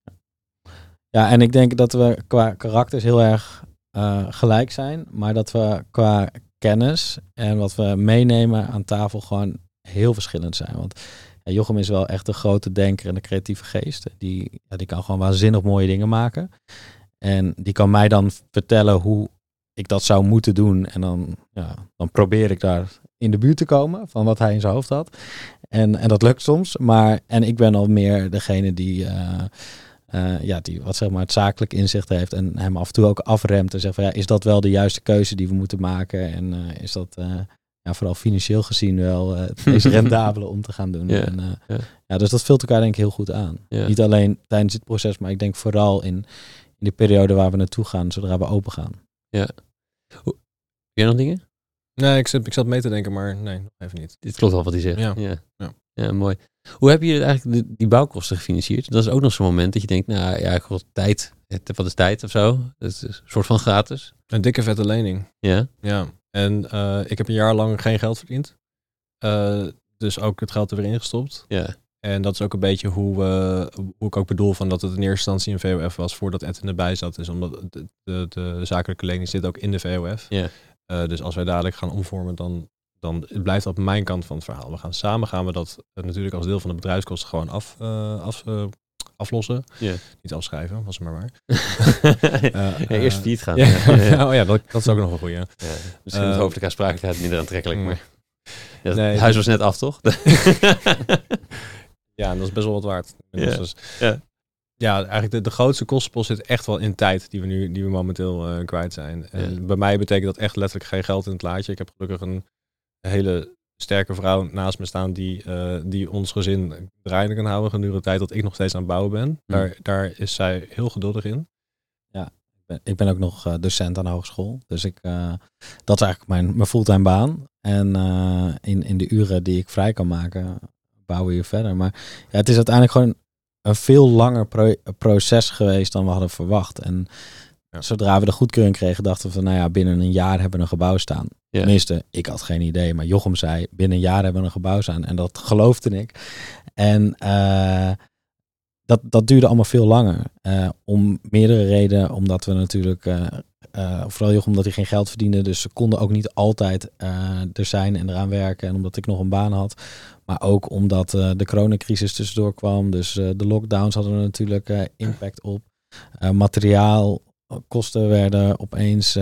Ja, en ik denk dat we qua karakters heel erg gelijk zijn, maar dat we qua kennis en wat we meenemen aan tafel gewoon heel verschillend zijn. Want Jochem is wel echt een grote denker en een creatieve geest. Die kan gewoon waanzinnig mooie dingen maken. En die kan mij dan vertellen hoe ik dat zou moeten doen. En dan probeer ik daar in de buurt te komen van wat hij in zijn hoofd had. En dat lukt soms. En ik ben al meer degene die wat zeg maar het zakelijk inzicht heeft en hem af en toe ook afremt en zegt van is dat wel de juiste keuze die we moeten maken? En is dat vooral financieel gezien wel het meest rendabele om te gaan doen. Ja. Dus dat vult elkaar denk ik heel goed aan. Ja. Niet alleen tijdens dit proces, maar ik denk vooral in de periode waar we naartoe gaan, zodra we open gaan. Ja. Heb jij nog dingen? Nee, ik zat mee te denken, maar nee, even niet. Dit klopt wel wat hij zegt. Ja, mooi. Hoe heb je eigenlijk die bouwkosten gefinancierd? Dat is ook nog zo'n moment dat je denkt, ik wil tijd. Wat is tijd of zo? Dat is een soort van gratis. Een dikke vette lening. Ja? Ja. En ik heb een jaar lang geen geld verdiend. Dus ook het geld er weer ingestopt. Ja. En dat is ook een beetje hoe ik ook bedoel van dat het in eerste instantie een VOF was voordat Edwin erbij zat. Dus omdat de zakelijke lening zit ook in de VOF. Ja. Dus als wij dadelijk gaan omvormen, dan blijft dat op mijn kant van het verhaal. Gaan we dat natuurlijk als deel van de bedrijfskosten gewoon aflossen. Yeah. Niet afschrijven, was het maar waar. Eerst failliet gaan. Dat is ook nog een goeie. Ja. Misschien het hoofdelijke aansprakelijkheid minder aantrekkelijk. Maar het huis was net af, toch? Ja, en dat is best wel wat waard. Dus, eigenlijk de grootste kostenpost zit echt wel in tijd die we momenteel kwijt zijn. En bij mij betekent dat echt letterlijk geen geld in het laadje. Ik heb gelukkig een hele sterke vrouw naast me staan die ons gezin draaiende kan houden gedurende de tijd dat ik nog steeds aan het bouwen ben. Daar is zij heel geduldig in. Ja, ik ben ook nog docent aan de hogeschool. Dus dat is eigenlijk mijn fulltime baan. En in de uren die ik vrij kan maken, bouwen we hier verder. Maar het is uiteindelijk gewoon een veel langer proces geweest dan we hadden verwacht. En zodra we de goedkeuring kregen, dachten we van, nou ja, binnen een jaar hebben we een gebouw staan. Ja. Tenminste, ik had geen idee, maar Jochem zei, binnen een jaar hebben we een gebouw staan. En dat geloofde ik. En dat duurde allemaal veel langer. Om meerdere redenen, omdat we natuurlijk, vooral Jochem, omdat hij geen geld verdiende. Dus ze konden ook niet altijd er zijn en eraan werken. En omdat ik nog een baan had. Maar ook omdat de coronacrisis tussendoor kwam. Dus de lockdowns hadden er natuurlijk impact op. Materiaalkosten werden opeens...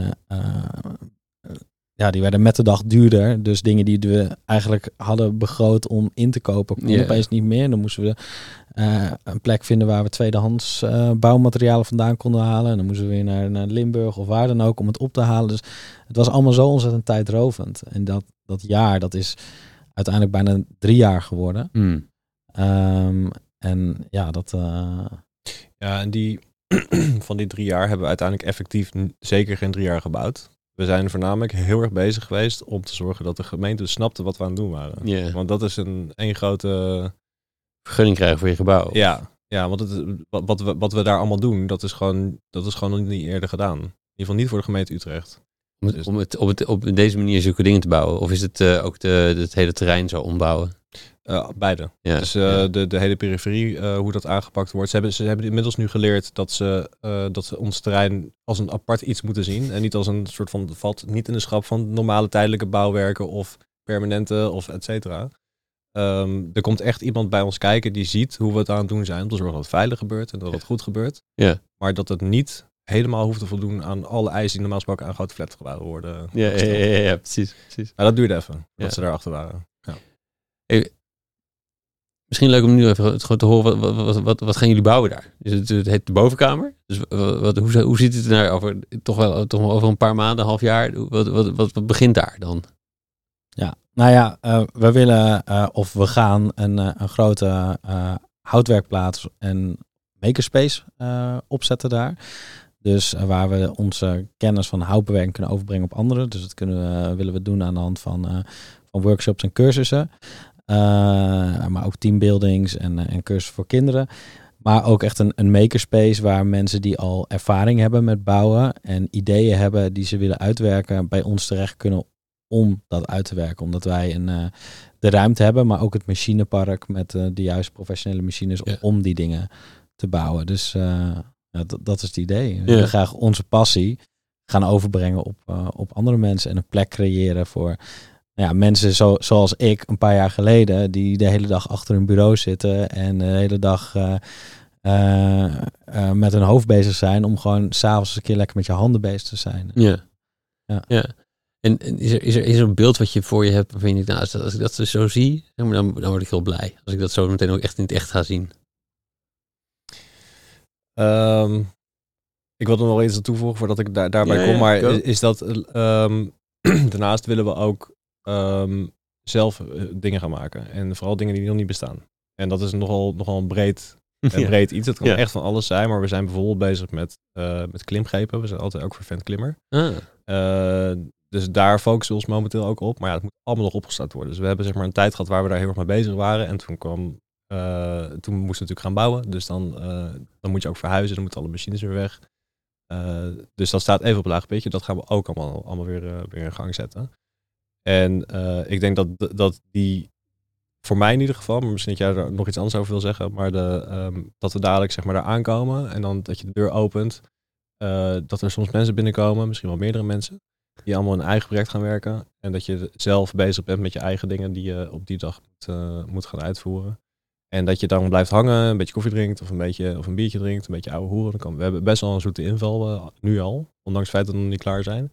die werden met de dag duurder. Dus dingen die we eigenlijk hadden begroot om in te kopen, kon opeens niet meer. Dan moesten we een plek vinden waar we tweedehands bouwmaterialen vandaan konden halen. En dan moesten we weer naar Limburg of waar dan ook om het op te halen. Dus het was allemaal zo ontzettend tijdrovend. En dat jaar, dat is uiteindelijk bijna 3 jaar geworden. En ja, dat... Ja, en van die 3 jaar hebben we uiteindelijk effectief zeker geen 3 jaar gebouwd. We zijn voornamelijk heel erg bezig geweest om te zorgen dat de gemeente snapte wat we aan het doen waren. Yeah. Want dat is één grote... Vergunning krijgen voor je gebouw. Ja, want wat we daar allemaal doen, dat is gewoon nog niet eerder gedaan. In ieder geval niet voor de gemeente Utrecht. Om op deze manier zulke dingen te bouwen? Of is het ook het hele terrein zo ombouwen? Beide. Ja, dus de hele periferie, hoe dat aangepakt wordt. Ze hebben inmiddels nu geleerd dat ze ons terrein als een apart iets moeten zien. En niet als een soort van, valt niet in de schap van normale tijdelijke bouwwerken of permanente of et cetera. Er komt echt iemand bij ons kijken die ziet hoe we het aan het doen zijn. Om te zorgen dat het veilig gebeurt en dat het goed gebeurt. Ja. Maar dat het niet helemaal hoeft te voldoen aan alle eisen die normaal gesproken aan grote flatgebouwen worden. Ja, precies. Maar dat duurde even, dat ze daarachter waren. Ja. Misschien leuk om nu even te horen, wat gaan jullie bouwen daar? Het heet de bovenkamer. Dus hoe ziet het er nou over, toch wel over een paar maanden, half jaar? Wat begint daar dan? Ja, nou ja, we willen we gaan een grote houtwerkplaats en makerspace opzetten daar. Dus waar we onze kennis van houtbewerking kunnen overbrengen op anderen. Dus dat willen we doen aan de hand van workshops en cursussen. Maar ook teambuildings en cursussen voor kinderen. Maar ook echt een makerspace waar mensen die al ervaring hebben met bouwen en ideeën hebben die ze willen uitwerken, bij ons terecht kunnen om dat uit te werken. Omdat wij de ruimte hebben, maar ook het machinepark met de juiste professionele machines om die dingen te bouwen. Dus dat is het idee. We willen graag onze passie gaan overbrengen op andere mensen en een plek creëren voor mensen zoals ik een paar jaar geleden, die de hele dag achter een bureau zitten en de hele dag met hun hoofd bezig zijn om gewoon 's avonds een keer lekker met je handen bezig te zijn. Ja. En is er een beeld wat je voor je hebt waarvan je denkt, als ik dat zo zie, dan word ik heel blij. Als ik dat zo meteen ook echt in het echt ga zien. Ik wil er nog wel iets aan toevoegen voordat ik daarbij kom. Maar is dat daarnaast willen we ook zelf dingen gaan maken. En vooral dingen die nog niet bestaan. En dat is nogal een breed iets. Het kan echt van alles zijn. Maar we zijn bijvoorbeeld bezig met klimgrepen. We zijn altijd ook vervent klimmer. Dus daar focussen we ons momenteel ook op. Maar het moet allemaal nog opgestart worden. Dus we hebben zeg maar een tijd gehad waar we daar heel erg mee bezig waren. En toen moesten we natuurlijk gaan bouwen. Dus dan moet je ook verhuizen. Dan moeten alle machines weer weg. Dus dat staat even op een laag pitje. Dat gaan we ook allemaal weer in gang zetten. En ik denk dat die, voor mij in ieder geval, maar misschien dat jij er nog iets anders over wil zeggen, maar dat we dadelijk zeg maar daar aankomen en dan dat je de deur opent, dat er soms mensen binnenkomen, misschien wel meerdere mensen, die allemaal een eigen project gaan werken. En dat je zelf bezig bent met je eigen dingen die je op die dag moet gaan uitvoeren. En dat je dan blijft hangen, een beetje koffie drinkt of een biertje drinkt, een beetje ouwe hoeren. We hebben best wel een zoete inval nu al, ondanks het feit dat we nog niet klaar zijn.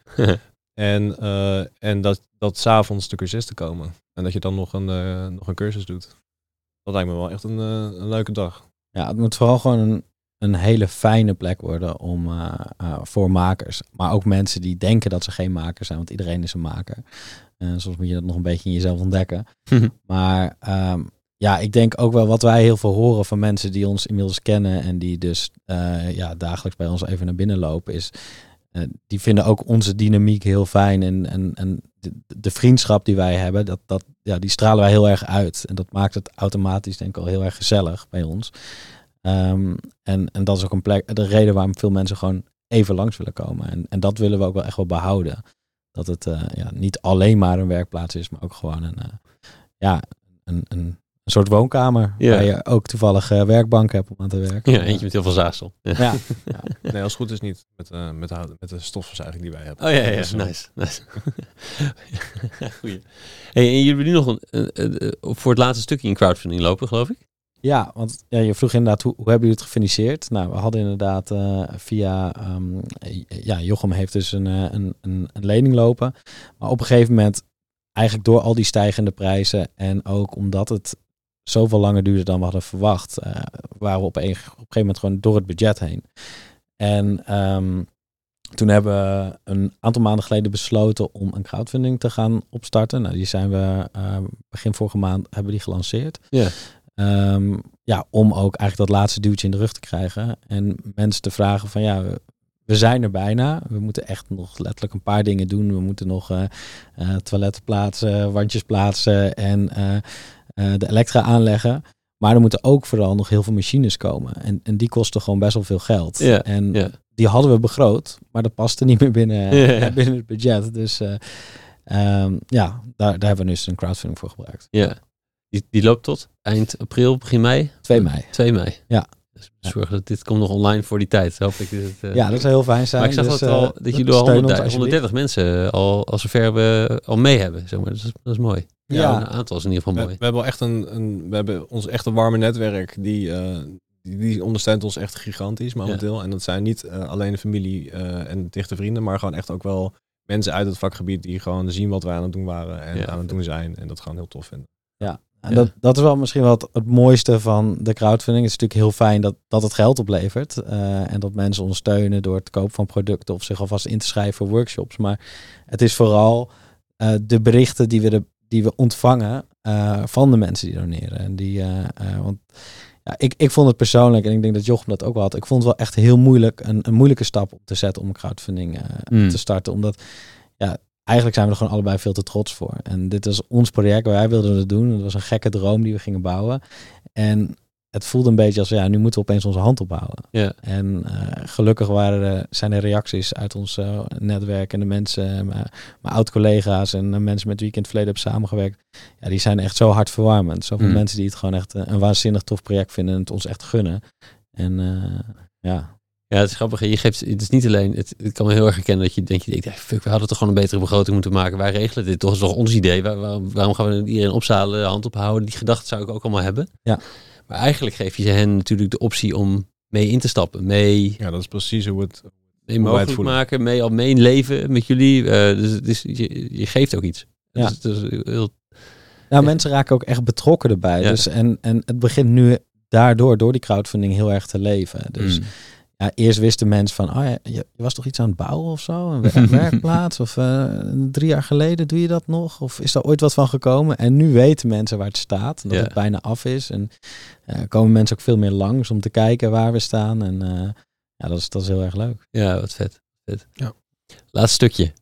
En dat 's avonds de cursisten komen. En dat je dan nog een cursus doet. Dat lijkt me wel echt een leuke dag. Ja, het moet vooral gewoon een hele fijne plek worden voor makers. Maar ook mensen die denken dat ze geen maker zijn. Want iedereen is een maker. Soms moet je dat nog een beetje in jezelf ontdekken. Maar ik denk ook wel wat wij heel veel horen van mensen die ons inmiddels kennen. En die dus dagelijks bij ons even naar binnen lopen is... die vinden ook onze dynamiek heel fijn. En de vriendschap die wij hebben, die stralen wij heel erg uit. En dat maakt het automatisch denk ik al heel erg gezellig bij ons. En dat is ook de reden waarom veel mensen gewoon even langs willen komen. En dat willen we ook wel echt wel behouden. Dat het niet alleen maar een werkplaats is, maar ook gewoon een soort woonkamer. Ja. Waar je ook toevallig werkbank hebt om aan te werken. Ja, eentje met heel veel zaagsel. Ja. Nee, als het goed is niet met de stofverzuiging die wij hebben. Oh ja. Dus, nice. Goeie. Hey, en jullie hebben nu nog voor het laatste stukje in crowdfunding lopen, geloof ik? Ja, want je vroeg inderdaad, hoe hebben jullie het gefinancierd? Nou, we hadden inderdaad via... Jochem heeft dus een lening lopen. Maar op een gegeven moment, eigenlijk door al die stijgende prijzen en ook omdat het zoveel langer duurde dan we hadden verwacht, waren we op een gegeven moment gewoon door het budget heen. En toen hebben we een aantal maanden geleden besloten om een crowdfunding te gaan opstarten. Nou, die zijn we begin vorige maand hebben die gelanceerd. Om ook eigenlijk dat laatste duwtje in de rug te krijgen. En mensen te vragen van we zijn er bijna. We moeten echt nog letterlijk een paar dingen doen. We moeten nog toiletten plaatsen, wandjes plaatsen en de elektra aanleggen. Maar er moeten ook vooral nog heel veel machines komen. En die kosten gewoon best wel veel geld. Die hadden we begroot, maar dat paste niet meer binnen het budget. Dus daar hebben we dus een crowdfunding voor gebruikt. Ja. Die loopt tot eind april, begin mei? 2 mei. 2 mei. Ja. Dus zorg dat dit komt nog online voor die tijd. Hoop ik ja, dat zou heel fijn zijn. Maar ik zag dat jullie al 130 mensen al zover al mee hebben. Zeg maar. Dat is mooi. Ja, een aantal is in ieder geval mooi. We hebben al echt we hebben ons echt een warme netwerk die ondersteunt ons echt gigantisch momenteel. Ja. En dat zijn niet alleen de familie en dichte vrienden, maar gewoon echt ook wel mensen uit het vakgebied die gewoon zien wat wij aan het doen waren en aan het doen zijn. En dat gewoon heel tof vinden. Ja. En dat is wel misschien wel het mooiste van de crowdfunding. Het is natuurlijk heel fijn dat het geld oplevert. En dat mensen ons steunen door het kopen van producten of zich alvast in te schrijven voor workshops. Maar het is vooral de berichten die we ontvangen van de mensen die doneren. En want ik vond het persoonlijk, en ik denk dat Jochem dat ook wel had, ik vond het wel echt heel moeilijk, een moeilijke stap om te zetten om een crowdfunding te starten. Omdat eigenlijk zijn we er gewoon allebei veel te trots voor. En dit was ons project, wij wilden het doen. Het was een gekke droom die we gingen bouwen. En het voelde een beetje als, nu moeten we opeens onze hand ophouden. Ja. En gelukkig zijn er reacties uit ons netwerk en de mensen, mijn oud-collega's en mensen met wie ik in het verleden heb samengewerkt. Ja, die zijn echt zo hartverwarmend. Zoveel mensen die het gewoon echt een waanzinnig tof project vinden en het ons echt gunnen. En Ja, het is grappig. Het is niet alleen, het kan me heel erg herkennen dat je denkt, fuck, we hadden toch gewoon een betere begroting moeten maken. Wij regelen dit, toch is toch ons idee. Waarom gaan we iedereen opzalen, hand ophouden? Die gedachten zou ik ook allemaal hebben. Ja. Maar eigenlijk geef je hen natuurlijk de optie om mee in te stappen. Ja, dat is precies hoe mee mogelijk maken, mee leven met jullie. Dus je geeft ook iets. Ja. Dus heel... mensen raken ook echt betrokken erbij. Ja. Dus, en het begint nu door die crowdfunding heel erg te leven. Dus eerst wisten mensen van, je was toch iets aan het bouwen of zo? Een werkplaats? Of 3 jaar geleden doe je dat nog? Of is daar ooit wat van gekomen? En nu weten mensen waar het staat. Dat het bijna af is. En komen mensen ook veel meer langs om te kijken waar we staan. En dat is heel erg leuk. Ja, wat vet. Ja. Laatste stukje.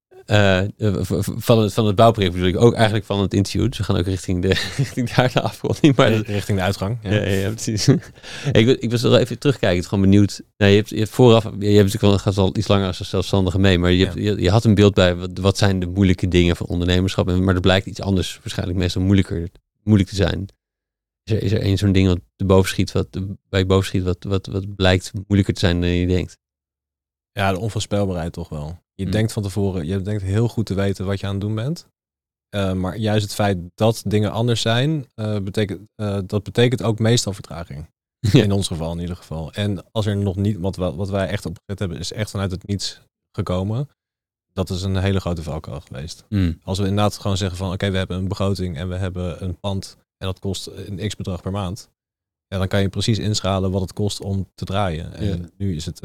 Van het bouwproject bedoel ik ook eigenlijk van het interview. Dus we gaan ook richting daar de afronding. Maar richting de uitgang. Ja, precies. Ik was nog even terugkijken, gewoon benieuwd. Nou, je hebt vooraf, je hebt natuurlijk gaat al iets langer als zelfstandige mee, maar je had een beeld bij wat zijn de moeilijke dingen van ondernemerschap. Maar er blijkt iets anders waarschijnlijk meestal moeilijk te zijn. Is er één zo'n ding wat bij je boven schiet, wat blijkt moeilijker te zijn dan je denkt? Ja, de onvoorspelbaarheid toch wel. Je denkt van tevoren, je denkt heel goed te weten wat je aan het doen bent. Maar juist het feit dat dingen anders zijn, betekent ook meestal vertraging. Ja. In ons geval in ieder geval. En als er nog niet, wat wij echt opgezet hebben, is echt vanuit het niets gekomen. Dat is een hele grote valkuil geweest. Als we inderdaad gewoon zeggen van oké, we hebben een begroting en we hebben een pand en dat kost een x-bedrag per maand. Ja, dan kan je precies inschalen wat het kost om te draaien. En nu is het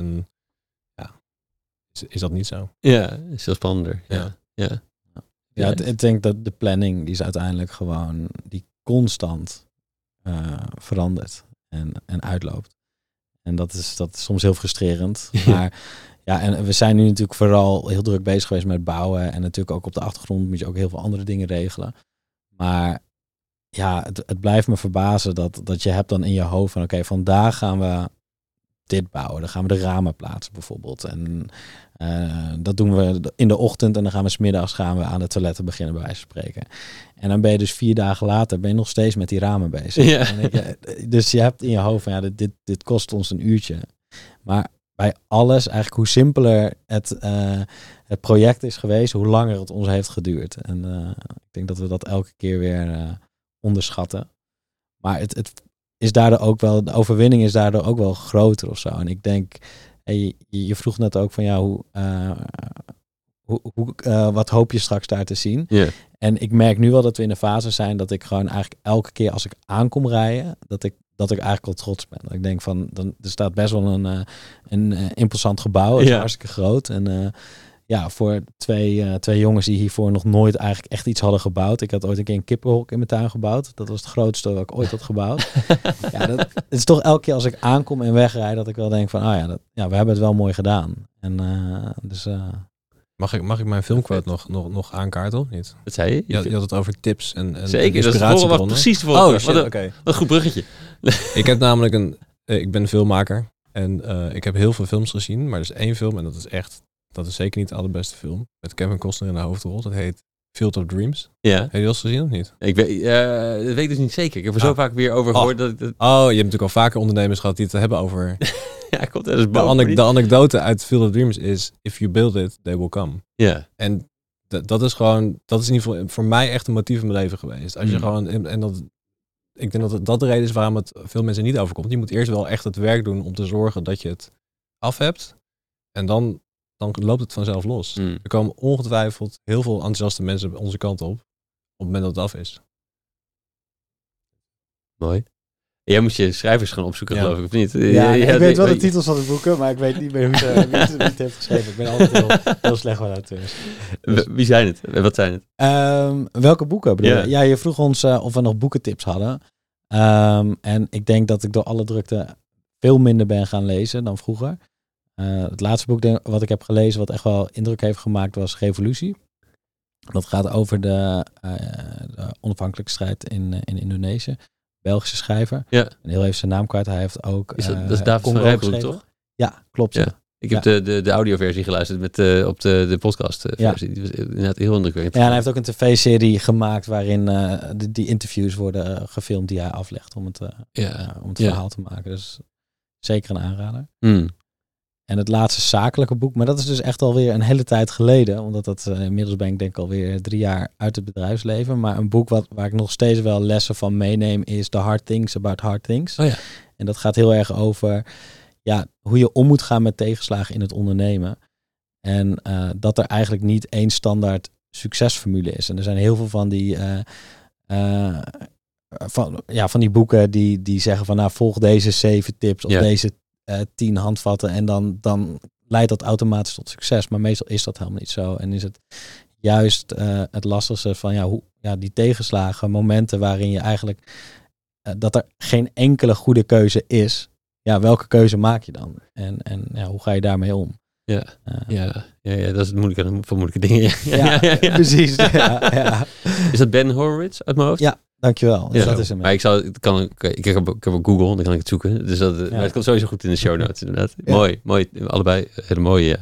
is dat niet zo? Ja, is veel spannender. Ja, ik denk dat de planning die is uiteindelijk gewoon die constant verandert en uitloopt. En dat is soms heel frustrerend. Maar Ja, en we zijn nu natuurlijk vooral heel druk bezig geweest met bouwen. En natuurlijk ook op de achtergrond moet je ook heel veel andere dingen regelen. Maar ja, het blijft me verbazen dat je hebt dan in je hoofd van oké, vandaag gaan we dit bouwen. Dan gaan we de ramen plaatsen bijvoorbeeld. En dat doen we in de ochtend en dan gaan we 's middags aan de toiletten beginnen bij wijze van spreken. En dan ben je dus 4 dagen later ben je nog steeds met die ramen bezig. Ja. Dus je hebt in je hoofd van ja, dit kost ons een uurtje. Maar bij alles, eigenlijk hoe simpeler het project is geweest, hoe langer het ons heeft geduurd. En ik denk dat we dat elke keer weer onderschatten. Maar het is daardoor ook wel, de overwinning is daardoor ook wel groter of zo. En ik denk, je vroeg net ook van ja, wat hoop je straks daar te zien? Yeah. En ik merk nu wel dat we in de fase zijn dat ik gewoon eigenlijk elke keer als ik aankom rijden, dat ik eigenlijk al trots ben. Dat ik denk van, er staat best wel een imposant gebouw. Het is hartstikke groot. En voor twee jongens die hiervoor nog nooit eigenlijk echt iets hadden gebouwd. Ik had ooit een keer een kippenhok in mijn tuin gebouwd. Dat was het grootste wat ik ooit had gebouwd. Het is toch elke keer als ik aankom en wegrijd dat ik wel denk van, we hebben het wel mooi gedaan. En Mag ik mijn filmquote nog aankaarten of niet? Wat zei je? Je had het over tips en zeker, dat was precies de volgende. Oh, shit, oké. Wat een goed bruggetje. Ik heb namelijk ik ben een filmmaker en ik heb heel veel films gezien, maar er is 1 film en dat is zeker niet de allerbeste film. Met Kevin Costner in de hoofdrol. Dat heet Field of Dreams. Ja. Heb je die wel eens gezien of niet? Dat weet ik dus niet zeker. Ik heb er zo vaak weer over gehoord. Je hebt natuurlijk al vaker ondernemers gehad die het hebben over... Ja, komt er dus boven. De anekdote uit Field of Dreams is... If you build it, they will come. Ja. En dat is in ieder geval voor mij echt een motief in mijn leven geweest. Als je gewoon... Ik denk dat de reden is waarom het veel mensen niet overkomt. Je moet eerst wel echt het werk doen om te zorgen dat je het af hebt. En dan loopt het vanzelf los. Er komen ongetwijfeld heel veel enthousiaste mensen onze kant op het moment dat het af is. Mooi. Jij moest je schrijvers gaan opzoeken, geloof ik, of niet? Ik weet wel de titels van de boeken, maar ik weet niet meer wie het heeft geschreven. Ik ben altijd heel slecht met auteurs. Dus. Wie zijn het? Wat zijn het? Welke boeken bedoel je? Ja, je vroeg ons of we nog boekentips hadden. En ik denk dat ik door alle drukte veel minder ben gaan lezen dan vroeger. Het laatste boek wat ik heb gelezen, wat echt wel indruk heeft gemaakt, was Revolutie. Dat gaat over de onafhankelijke strijd in Indonesië. Belgische schrijver. Ja. En heel even zijn naam kwijt. Hij heeft ook dat is David van Rijbroek, toch? Ja, klopt. Ja. Ik heb de audioversie geluisterd op de podcastversie. Die was inderdaad heel indrukwekkend. Ja, en hij heeft ook een tv-serie gemaakt waarin die interviews worden gefilmd die hij aflegt om het verhaal te maken. Dus zeker een aanrader. En het laatste zakelijke boek, maar dat is dus echt alweer een hele tijd geleden. Omdat dat inmiddels ben ik denk ik alweer 3 jaar uit het bedrijfsleven. Maar een boek waar ik nog steeds wel lessen van meeneem is The Hard Things About Hard Things. Oh ja. En dat gaat heel erg over hoe je om moet gaan met tegenslagen in het ondernemen. En dat er eigenlijk niet één standaard succesformule is. En er zijn heel veel van die boeken die zeggen van volg deze 7 tips of deze 10 handvatten en dan leidt dat automatisch tot succes. Maar meestal is dat helemaal niet zo. En is het juist het lastigste van die tegenslagen, momenten waarin je eigenlijk dat er geen enkele goede keuze is. Ja, welke keuze maak je dan? En hoe ga je daarmee om? Ja, dat is het moeilijke van moeilijke dingen. Ja, precies. Ja. Is dat Ben Horowitz uit mijn hoofd? Ja. Dankjewel. Dus dat is hem. Maar ik heb ook Google, dan kan ik het zoeken. Dus maar het komt sowieso goed in de show notes inderdaad. Ja. Mooi. Allebei hele mooie.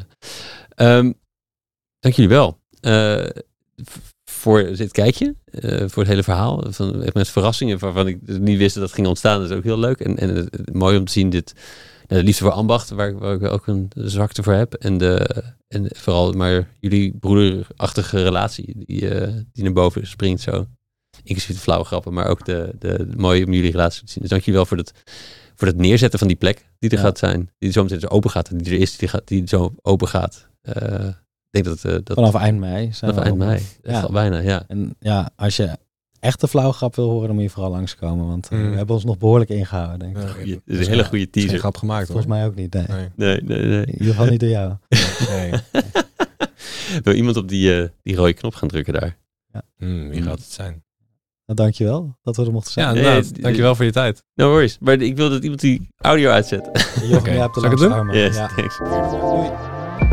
Dank jullie wel voor dit kijkje. Voor het hele verhaal. Met verrassingen waarvan ik niet wist dat het ging ontstaan. Dat is ook heel leuk. En mooi om te zien dit. De liefde voor ambacht, waar ik ook een zwakte voor heb. En vooral maar jullie broederachtige relatie die naar boven springt zo. Inclusief de flauwe grappen, maar ook de mooie om jullie relatie te zien. Dus dank jullie wel voor het neerzetten van die plek die er gaat zijn. Die zo meteen zo open gaat. En die er is, die zo open gaat. Ik denk dat vanaf eind mei. Vanaf eind mei. Echt al bijna, ja. En als je echt een flauwe grap wil horen, dan moet je vooral langskomen. Want we hebben ons nog behoorlijk ingehouden, denk ik. Het is een hele goede teaser. Geen grap gemaakt, volgens mij ook niet, nee. In ieder geval niet door jou. Nee. Wil iemand op die rode knop gaan drukken daar? Ja. Wie gaat het zijn? Nou, dankjewel dat we er mochten zijn. Ja, dankjewel voor je tijd. No worries. Maar ik wil dat iemand die audio uitzet. Zal ik het doen? Yes, thanks. Doei.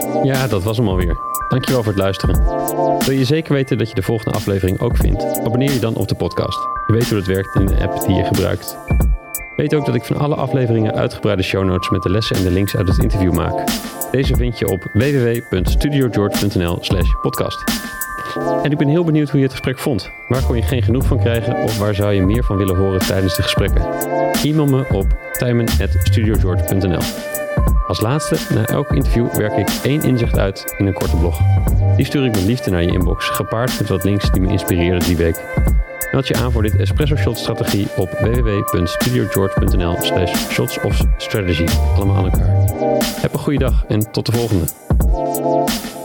Ja, dat was hem alweer. Dankjewel voor het luisteren. Wil je zeker weten dat je de volgende aflevering ook vindt? Abonneer je dan op de podcast. Je weet hoe dat werkt in de app die je gebruikt. Weet ook dat ik van alle afleveringen uitgebreide show notes met de lessen en de links uit het interview maak. Deze vind je op www.studiogeorge.nl/podcast. En ik ben heel benieuwd hoe je het gesprek vond. Waar kon je geen genoeg van krijgen of waar zou je meer van willen horen tijdens de gesprekken? E-mail me op tijmen@studiogeorge.nl. Als laatste, na elk interview werk ik 1 inzicht uit in een korte blog. Die stuur ik met liefde naar je inbox, gepaard met wat links die me inspireerden die week. Meld je aan voor dit Espresso Shot strategie op www.studiogeorge.nl/shots of strategy. Allemaal aan elkaar. Heb een goede dag en tot de volgende.